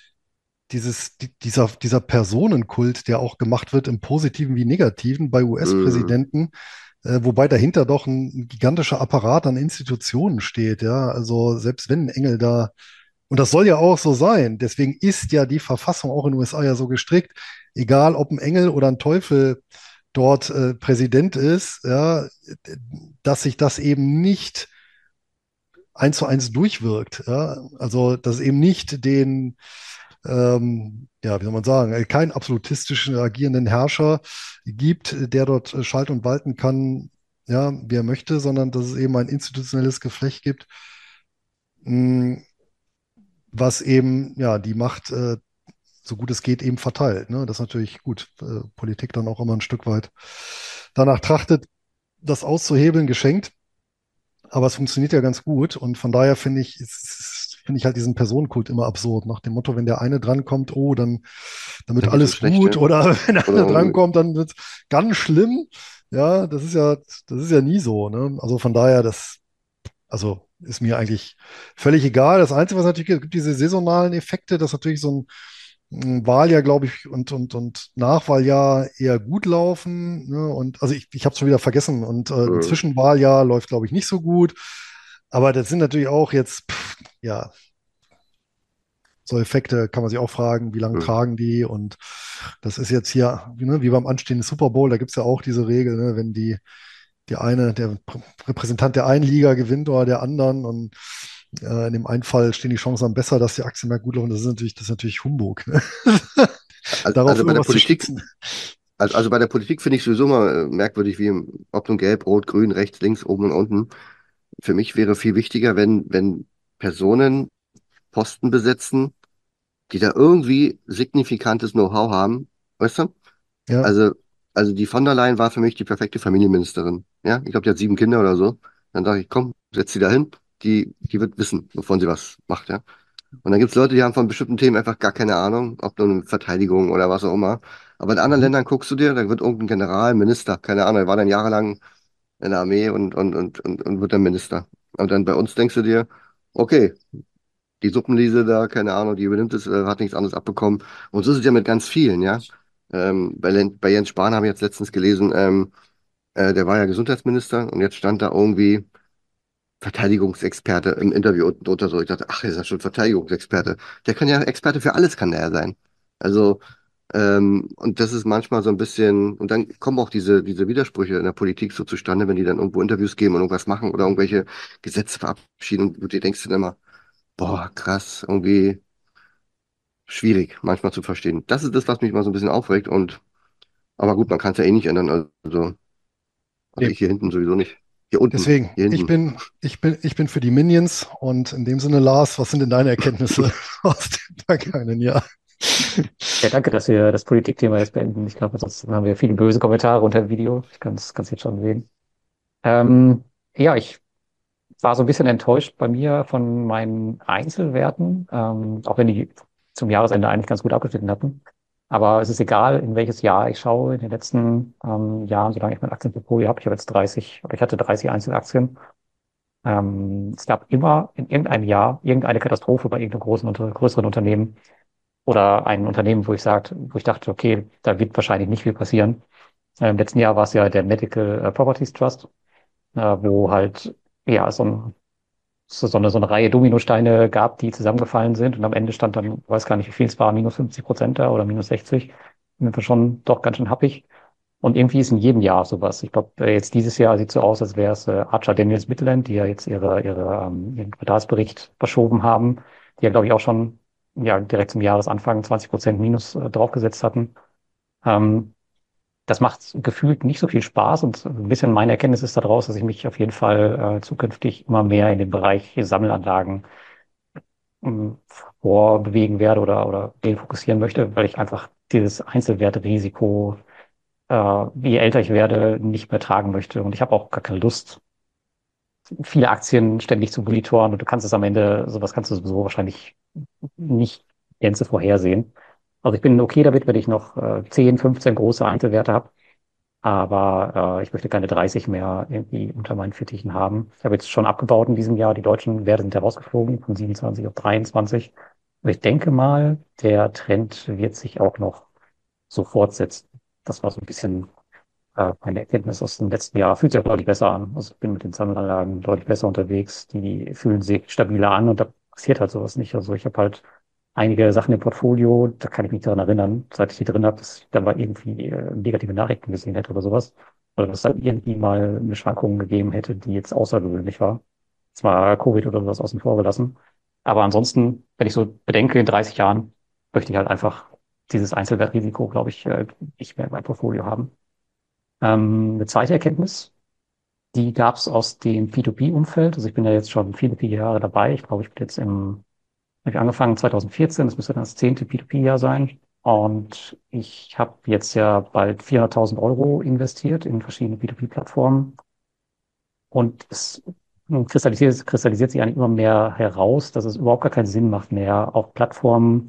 dieses, die- dieser, dieser Personenkult, der auch gemacht wird im Positiven wie Negativen bei Mm, U S-Präsidenten, äh, wobei dahinter doch ein gigantischer Apparat an Institutionen steht, ja. Also selbst wenn ein Engel da, und das soll ja auch so sein, deswegen ist ja die Verfassung auch in den U S A ja so gestrickt, egal ob ein Engel oder ein Teufel dort äh, Präsident ist, ja, dass sich das eben nicht eins zu eins durchwirkt. Ja? Also, dass es eben nicht den, ähm, ja, wie soll man sagen, äh, keinen absolutistischen agierenden Herrscher gibt, der dort äh, schalten und walten kann, ja, wie er möchte, sondern dass es eben ein institutionelles Geflecht gibt, mh, was eben, ja, die Macht, äh, so gut es geht, eben verteilt. Ne? Das ist natürlich gut. Äh, Politik dann auch immer ein Stück weit danach trachtet, das auszuhebeln, geschenkt. Aber es funktioniert ja ganz gut und von daher finde ich, ist, finde ich halt diesen Personenkult immer absurd. Nach dem Motto, wenn der eine drankommt, oh, dann, dann wird dann geht's ihm alles schlecht, gut ja? oder wenn der Oder andere irgendwie. drankommt, dann wird es ganz schlimm. Ja, das ist ja, das ist ja nie so. Ne? Also von daher, das, also ist mir eigentlich völlig egal. Das Einzige, was natürlich gibt, gibt diese saisonalen Effekte, dass natürlich so ein, ein Wahljahr, glaube ich, und, und, und Nachwahljahr eher gut laufen. Ne? Und also ich, ich habe es schon wieder vergessen. Und äh, ein Mm. Zwischenwahljahr läuft, glaube ich, nicht so gut. Aber das sind natürlich auch jetzt, pff, ja, so Effekte kann man sich auch fragen, wie lange Mm. tragen die? Und das ist jetzt hier, ne, wie beim anstehenden Super Bowl, da gibt es ja auch diese Regel, ne, wenn die, die eine, der Repräsentant der einen Liga gewinnt oder der anderen und äh, in dem einen Fall stehen die Chancen dann besser, dass die Aktien mehr gut laufen. Das ist natürlich, das ist natürlich Humbug, ne? Al- Darauf Also bei der irgendwas zu Politik, stützen. also, also bei der Politik finde ich sowieso mal äh, merkwürdig, wie im, ob nun gelb, rot, grün, rechts, links, oben und unten. Für mich wäre viel wichtiger, wenn, wenn Personen Posten besetzen, die da irgendwie signifikantes Know-how haben, weißt du? Ja. Also, also die von der Leyen war für mich die perfekte Familienministerin. Ja, ich glaube, die hat sieben Kinder oder so. Dann sage ich, komm, setz sie da hin. Die, die wird wissen, wovon sie was macht, ja. Und dann gibt es Leute, die haben von bestimmten Themen einfach gar keine Ahnung, ob nun Verteidigung oder was auch immer. Aber in anderen Mhm. Ländern guckst du dir, da wird irgendein General, Minister, keine Ahnung, der war dann jahrelang in der Armee und, und, und, und, und wird dann Minister. Und dann bei uns denkst du dir, okay, die Suppenliese da, keine Ahnung, die übernimmt es, äh, hat nichts anderes abbekommen. Und so ist es ja mit ganz vielen, ja. Ähm, bei, Len- bei Jens Spahn habe ich jetzt letztens gelesen, ähm, Äh, der war ja Gesundheitsminister und jetzt stand da irgendwie Verteidigungsexperte im Interview unten drunter so. Ich dachte, ach, ist ja schon Verteidigungsexperte. Der kann ja Experte für alles, kann der ja sein. Also, ähm, und das ist manchmal so ein bisschen, und dann kommen auch diese, diese Widersprüche in der Politik so zustande, wenn die dann irgendwo Interviews geben und irgendwas machen oder irgendwelche Gesetze verabschieden und du dir denkst dann immer, boah, krass, irgendwie schwierig manchmal zu verstehen. Das ist das, was mich mal so ein bisschen aufregt und, aber gut, man kann es ja eh nicht ändern. Also, also Nee. ich hier hinten sowieso nicht. Hier unten, Deswegen, hier ich hinten. bin, ich bin, ich bin für die Minions und in dem Sinne, Lars, was sind denn deine Erkenntnisse aus dem vergangenen Jahr? Ja, danke, dass wir das Politikthema jetzt beenden. Ich glaube, sonst haben wir viele böse Kommentare unter dem Video. Ich kann es jetzt schon sehen. Ähm, ja, ich war so ein bisschen enttäuscht bei mir von meinen Einzelwerten, ähm, auch wenn die zum Jahresende eigentlich ganz gut abgeschnitten hatten. Aber es ist egal, in welches Jahr ich schaue. In den letzten ähm, Jahren, solange ich mein Aktienportfolio habe, ich habe jetzt dreißig, oder ich hatte dreißig Einzelaktien. Ähm, es gab immer in irgendeinem Jahr irgendeine Katastrophe bei irgendeinem großen, unter, größeren Unternehmen oder ein Unternehmen, wo ich sagt, wo ich dachte, okay, da wird wahrscheinlich nicht viel passieren. Äh, Im letzten Jahr war es ja der Medical äh, Properties Trust, äh, wo halt ja so ein so so eine, so eine Reihe Dominosteine gab, die zusammengefallen sind. Und am Ende stand dann, weiß gar nicht, wie viel es war, minus fünfzig Prozent da oder minus sechzig. Sind wir schon doch ganz schön happig. Und irgendwie ist in jedem Jahr sowas. Ich glaube, jetzt dieses Jahr sieht so aus, als wäre es äh, Archer Daniels Midland, die ja jetzt ihre, ihre, ähm, ihren Quartalsbericht verschoben haben, die ja, glaube ich, auch schon ja, direkt zum Jahresanfang zwanzig Prozent Minus äh, draufgesetzt hatten. Ähm, Das macht gefühlt nicht so viel Spaß und ein bisschen meine Erkenntnis ist daraus, dass ich mich auf jeden Fall äh, zukünftig immer mehr in den Bereich Sammelanlagen ähm, vorbewegen werde oder, oder den fokussieren möchte, weil ich einfach dieses Einzelwertrisiko, äh, je älter ich werde, nicht mehr tragen möchte. Und ich habe auch gar keine Lust, viele Aktien ständig zu monitoren und du kannst es am Ende, sowas kannst du sowieso wahrscheinlich nicht Gänze vorhersehen. Also ich bin okay damit, wenn ich noch äh, zehn, fünfzehn große Einzelwerte habe. Aber äh, ich möchte keine dreißig mehr irgendwie unter meinen Fittichen haben. Ich habe jetzt schon abgebaut in diesem Jahr. Die deutschen Werte sind herausgeflogen von siebenundzwanzig auf dreiundzwanzig. Aber ich denke mal, der Trend wird sich auch noch so fortsetzen. Das war so ein bisschen äh, meine Erkenntnis aus dem letzten Jahr. Fühlt sich auch deutlich besser an. Also ich bin mit den Sammelanlagen deutlich besser unterwegs. Die fühlen sich stabiler an und da passiert halt sowas nicht. Also ich habe halt einige Sachen im Portfolio, da kann ich mich daran erinnern, seit ich die drin habe, dass ich da mal irgendwie äh, negative Nachrichten gesehen hätte oder sowas. Oder dass es dann irgendwie mal eine Schwankung gegeben hätte, die jetzt außergewöhnlich war. Zwar Covid oder sowas außen vor gelassen. Aber ansonsten, wenn ich so bedenke, in dreißig Jahren möchte ich halt einfach dieses Einzelwertrisiko, glaube ich, äh, nicht mehr in meinem Portfolio haben. Ähm, eine zweite Erkenntnis, die gab es aus dem P zwei P-Umfeld. Also ich bin ja jetzt schon viele, viele Jahre dabei. Ich glaube, ich bin jetzt im habe ich angefangen zwanzig vierzehn, das müsste dann das zehnte P zwei P-Jahr sein. Und ich habe jetzt ja bald vierhunderttausend Euro investiert in verschiedene P zwei P-Plattformen. Und es kristallisiert, kristallisiert sich eigentlich immer mehr heraus, dass es überhaupt gar keinen Sinn macht mehr, auf Plattformen,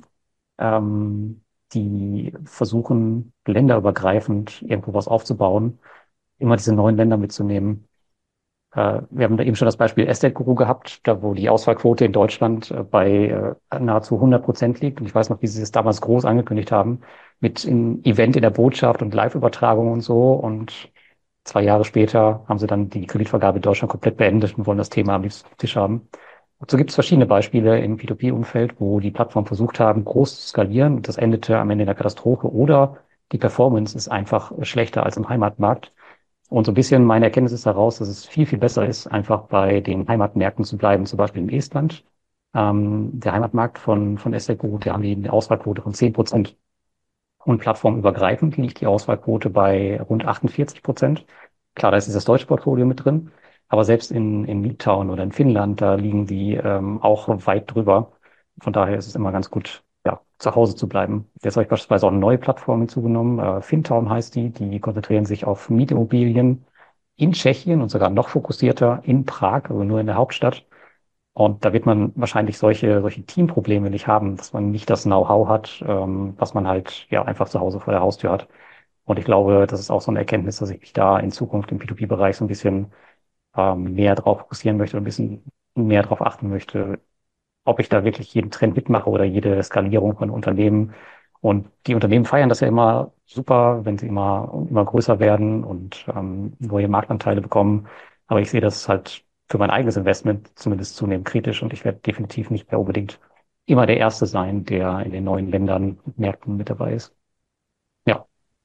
ähm, die versuchen, länderübergreifend irgendwo was aufzubauen, immer diese neuen Länder mitzunehmen. Äh, Wir haben da eben schon das Beispiel Estate Guru gehabt, da wo die Auswahlquote in Deutschland äh, bei äh, nahezu hundert Prozent liegt. Und ich weiß noch, wie sie es damals groß angekündigt haben, mit einem Event in der Botschaft und Live-Übertragung und so. Und zwei Jahre später haben sie dann die Kreditvergabe in Deutschland komplett beendet und wollen das Thema am liebsten auf den Tisch haben. Und so gibt es verschiedene Beispiele im P zwei P-Umfeld, wo die Plattformen versucht haben, groß zu skalieren. Und das endete am Ende in der Katastrophe oder die Performance ist einfach schlechter als im Heimatmarkt. Und so ein bisschen meine Erkenntnis ist daraus, dass es viel, viel besser ist, einfach bei den Heimatmärkten zu bleiben, zum Beispiel in Estland. Ähm, der Heimatmarkt von, von Estate Group, der haben die eine Auswahlquote von zehn Prozent. Und plattformübergreifend liegt die Auswahlquote bei rund achtundvierzig Prozent. Klar, da ist das deutsche Portfolio mit drin. Aber selbst in, in Litauen oder in Finnland, da liegen die ähm, auch weit drüber. Von daher ist es immer ganz gut, ja, zu Hause zu bleiben. Jetzt habe ich beispielsweise auch eine neue Plattform hinzugenommen. Äh, Fintown heißt die. Die konzentrieren sich auf Mietimmobilien in Tschechien und sogar noch fokussierter in Prag, also nur in der Hauptstadt. Und da wird man wahrscheinlich solche, solche Teamprobleme nicht haben, dass man nicht das Know-how hat, ähm, was man halt ja einfach zu Hause vor der Haustür hat. Und ich glaube, das ist auch so eine Erkenntnis, dass ich mich da in Zukunft im P zwei P-Bereich so ein bisschen ähm, mehr drauf fokussieren möchte und ein bisschen mehr darauf achten möchte, ob ich da wirklich jeden Trend mitmache oder jede Skalierung von Unternehmen Und die Unternehmen feiern das ja immer super, wenn sie immer, immer größer werden und ähm, neue Marktanteile bekommen. Aber ich sehe das halt für mein eigenes Investment zumindest zunehmend kritisch und ich werde definitiv nicht mehr unbedingt immer der Erste sein, der in den neuen Ländern und Märkten mit dabei ist. Ja,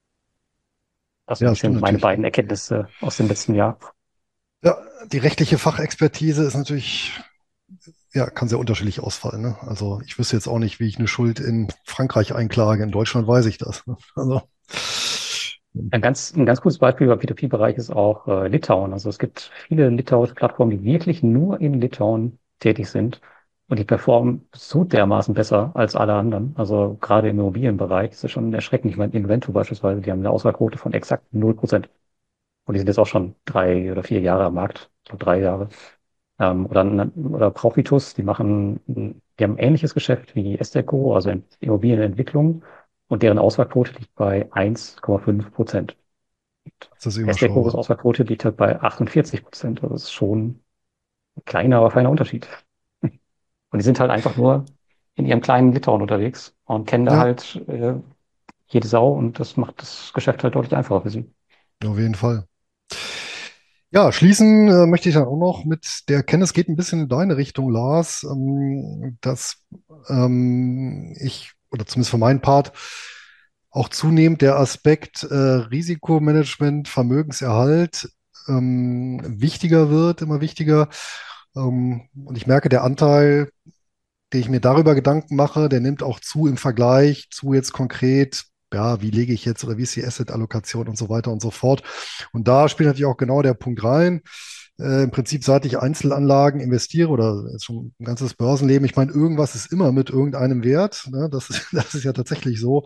das so ein Ja, stimmt bisschen meine natürlich. beiden Erkenntnisse aus dem letzten Jahr. Ja, die rechtliche Fachexpertise ist natürlich, ja, kann sehr unterschiedlich ausfallen. Ne? Also ich wüsste jetzt auch nicht, wie ich eine Schuld in Frankreich einklage. In Deutschland weiß ich das. Ne? Also, Ein ganz, ein ganz gutes Beispiel beim P zwei P-Bereich ist auch äh, Litauen. Also es gibt viele litauische Plattformen, die wirklich nur in Litauen tätig sind und die performen so dermaßen besser als alle anderen. Also gerade im Immobilienbereich ist das schon erschreckend. Ich meine, Invento beispielsweise, die haben eine Auswahlquote von exakt null Prozent. Und die sind jetzt auch schon drei oder vier Jahre am Markt. Ich glaube, drei Jahre. Ähm, oder, oder Profitus, die machen, die haben ein ähnliches Geschäft wie Esteco, also Immobilienentwicklung. Und deren Auswahlquote liegt bei eins Komma fünf Prozent. das ist Esteco's überschaubar. Auswahlquote liegt halt bei achtundvierzig Prozent. Also das ist schon ein kleiner, aber feiner Unterschied. Und die sind halt einfach nur in ihrem kleinen Litauen unterwegs und kennen da Ja, halt äh, jede Sau und das macht das Geschäft halt deutlich einfacher für sie. auf jeden Fall. Ja, schließen äh, möchte ich dann auch noch mit der Kenntnis, geht ein bisschen in deine Richtung, Lars, ähm, dass ähm, ich, oder zumindest für meinen Part, auch zunehmend der Aspekt äh, Risikomanagement, Vermögenserhalt ähm, wichtiger wird, immer wichtiger. Ähm, und ich merke, der Anteil, den ich mir darüber Gedanken mache, der nimmt auch zu im Vergleich zu jetzt konkret, ja, wie lege ich jetzt oder wie ist die Asset-Allokation und so weiter und so fort. Und da spielt natürlich auch genau der Punkt rein. Äh, Im Prinzip, seit ich Einzelanlagen investiere oder jetzt schon ein ganzes Börsenleben, ich meine, irgendwas ist immer mit irgendeinem Wert. Ne? Das ist, das ist ja tatsächlich so.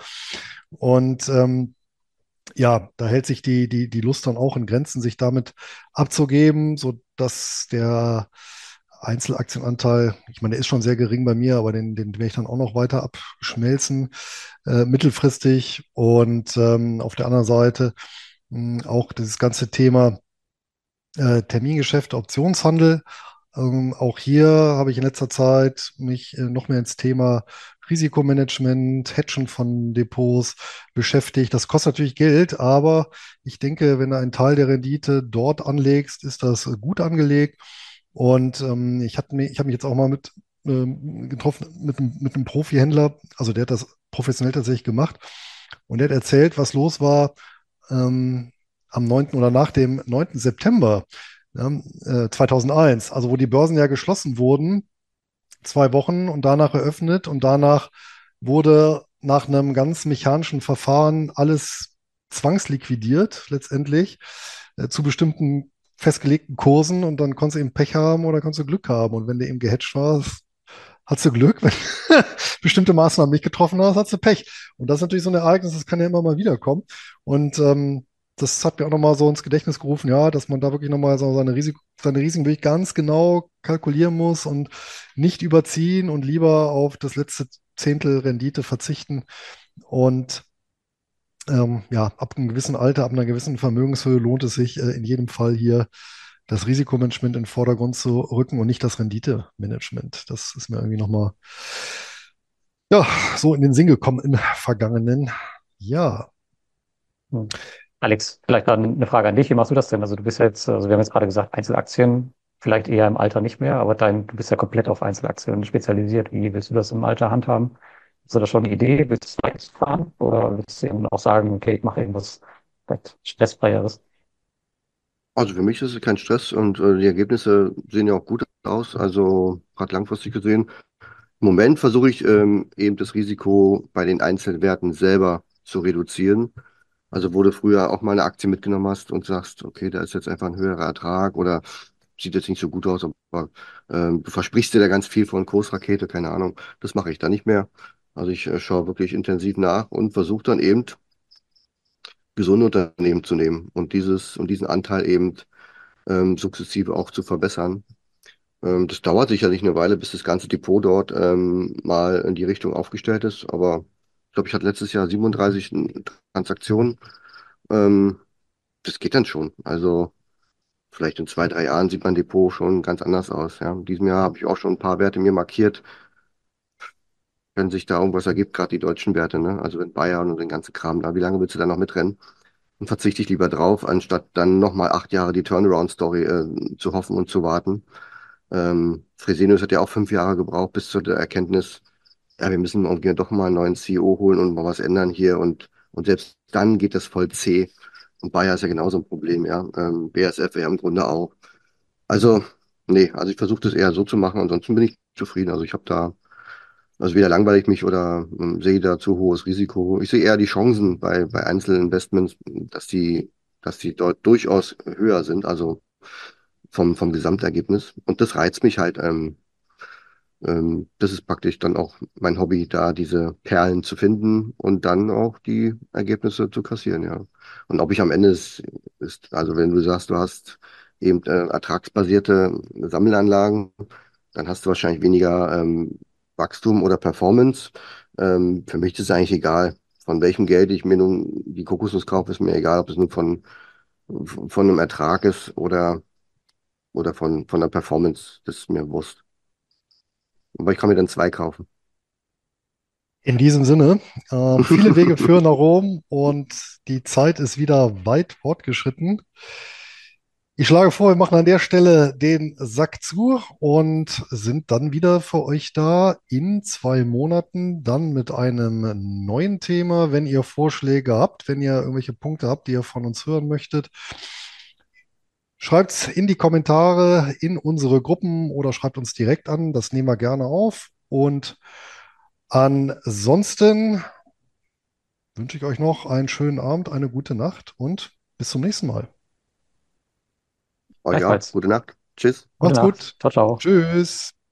Und ähm, ja, da hält sich die, die, die Lust dann auch in Grenzen, sich damit abzugeben, sodass der Einzelaktienanteil, ich meine, der ist schon sehr gering bei mir, aber den, den werde ich dann auch noch weiter abschmelzen, äh, mittelfristig. Und ähm, auf der anderen Seite mh, auch dieses ganze Thema äh, Termingeschäfte, Optionshandel. Ähm, auch hier habe ich in letzter Zeit mich äh, noch mehr ins Thema Risikomanagement, Hedgen von Depots beschäftigt. Das kostet natürlich Geld, aber ich denke, wenn du einen Teil der Rendite dort anlegst, ist das äh, gut angelegt. Und ähm, ich hatte mich, ich habe mich jetzt auch mal mit ähm, getroffen mit, einem- mit einem Profi-Händler, also der hat das professionell tatsächlich gemacht. Und der hat erzählt, was los war ähm, am neunten oder nach dem neunten September ja, äh, zweitausendeins, also wo die Börsen ja geschlossen wurden, zwei Wochen und danach eröffnet und danach wurde nach einem ganz mechanischen Verfahren alles zwangsliquidiert letztendlich äh, zu bestimmten festgelegten Kursen und dann konntest du eben Pech haben oder konntest du Glück haben. Und wenn du eben gehatcht warst, hast du Glück. Wenn bestimmte Maßnahmen nicht getroffen hast, hast du Pech. Und das ist natürlich so ein Ereignis, das kann ja immer mal wiederkommen. Und ähm, das hat mir auch nochmal so ins Gedächtnis gerufen, ja, dass man da wirklich nochmal so seine Risiko, seine Risiken wirklich ganz genau kalkulieren muss und nicht überziehen und lieber auf das letzte Zehntel Rendite verzichten. Und ähm, ja, ab einem gewissen Alter, ab einer gewissen Vermögenshöhe lohnt es sich äh, in jedem Fall hier das Risikomanagement in den Vordergrund zu rücken und nicht das Renditemanagement. Das ist mir irgendwie nochmal ja, so in den Sinn gekommen im Vergangenen. Ja, Hm. Alex, vielleicht dann eine Frage an dich. Wie machst du das denn? Also du bist ja jetzt, also wir haben jetzt gerade gesagt, Einzelaktien, vielleicht eher im Alter nicht mehr, aber dein, du bist ja komplett auf Einzelaktien spezialisiert. Wie willst du das im Alter handhaben? Hast du da schon eine Idee? Willst du es fahren? Oder willst du eben auch sagen, okay, ich mache irgendwas vielleicht stressfreieres? Also für mich ist es kein Stress und äh, die Ergebnisse sehen ja auch gut aus, also gerade langfristig gesehen. Im Moment versuche ich ähm, eben das Risiko bei den Einzelwerten selber zu reduzieren. Also wo du früher auch mal eine Aktie mitgenommen hast und sagst, okay, da ist jetzt einfach ein höherer Ertrag oder sieht jetzt nicht so gut aus, aber ähm, du versprichst dir da ganz viel von Kursrakete, keine Ahnung. Das mache ich da nicht mehr. Also ich äh, schaue wirklich intensiv nach und versuche dann eben gesunde Unternehmen zu nehmen und dieses und diesen Anteil eben ähm, sukzessive auch zu verbessern. Ähm, das dauert sicherlich eine Weile, bis das ganze Depot dort ähm, mal in die Richtung aufgestellt ist. Aber ich glaube, ich hatte letztes Jahr siebenunddreißig Transaktionen. Ähm, Das geht dann schon. Also vielleicht in zwei, drei Jahren sieht mein Depot schon ganz anders aus. Ja. In diesem Jahr habe ich auch schon ein paar Werte mir markiert. wenn sich da irgendwas ergibt, gerade die deutschen Werte, ne? Also wenn Bayern und den ganzen Kram da, wie lange willst du da noch mitrennen? Dann verzichte ich lieber drauf, anstatt dann nochmal acht Jahre die Turnaround-Story äh, zu hoffen und zu warten. Ähm, Fresenius hat ja auch fünf Jahre gebraucht bis zu der Erkenntnis, ja, wir müssen irgendwie doch mal einen neuen C E O holen und mal was ändern hier und, und selbst dann geht das voll zäh. Und Bayer ist ja genauso ein Problem, ja. Ähm, B A S F ja im Grunde auch. Also, nee, also ich versuche das eher so zu machen, ansonsten bin ich zufrieden. Also ich habe da, also weder langweile ich mich oder ähm, sehe da zu hohes Risiko. Ich sehe eher die Chancen bei, bei Einzelinvestments, dass die, dass die dort durchaus höher sind, also vom, vom Gesamtergebnis. Und das reizt mich halt. Ähm, ähm, das ist praktisch dann auch mein Hobby, da diese Perlen zu finden und dann auch die Ergebnisse zu kassieren, ja. Und ob ich am Ende ist, ist, also wenn du sagst, du hast eben äh, ertragsbasierte Sammelanlagen, dann hast du wahrscheinlich weniger ähm, Wachstum oder Performance. Ähm, für mich ist es eigentlich egal, von welchem Geld ich mir nun die Kokosnuss kaufe, ist mir egal, ob es nun von, von einem Ertrag ist oder, oder von, von der Performance, das ist mir wurscht. Aber ich kann mir dann zwei kaufen. In diesem Sinne, äh, viele Wege führen nach Rom und die Zeit ist wieder weit fortgeschritten. Ich schlage vor, wir machen an der Stelle den Sack zu und sind dann wieder für euch da in zwei Monaten, dann mit einem neuen Thema. Wenn ihr Vorschläge habt, wenn ihr irgendwelche Punkte habt, die ihr von uns hören möchtet, schreibt es in die Kommentare in unsere Gruppen oder schreibt uns direkt an. Das nehmen wir gerne auf. Und ansonsten wünsche ich euch noch einen schönen Abend, eine gute Nacht und bis zum nächsten Mal. Euch auch. Gleichfalls. Gute Nacht. Tschüss. Gute Macht's Nacht. gut. Ciao, ciao. Tschüss.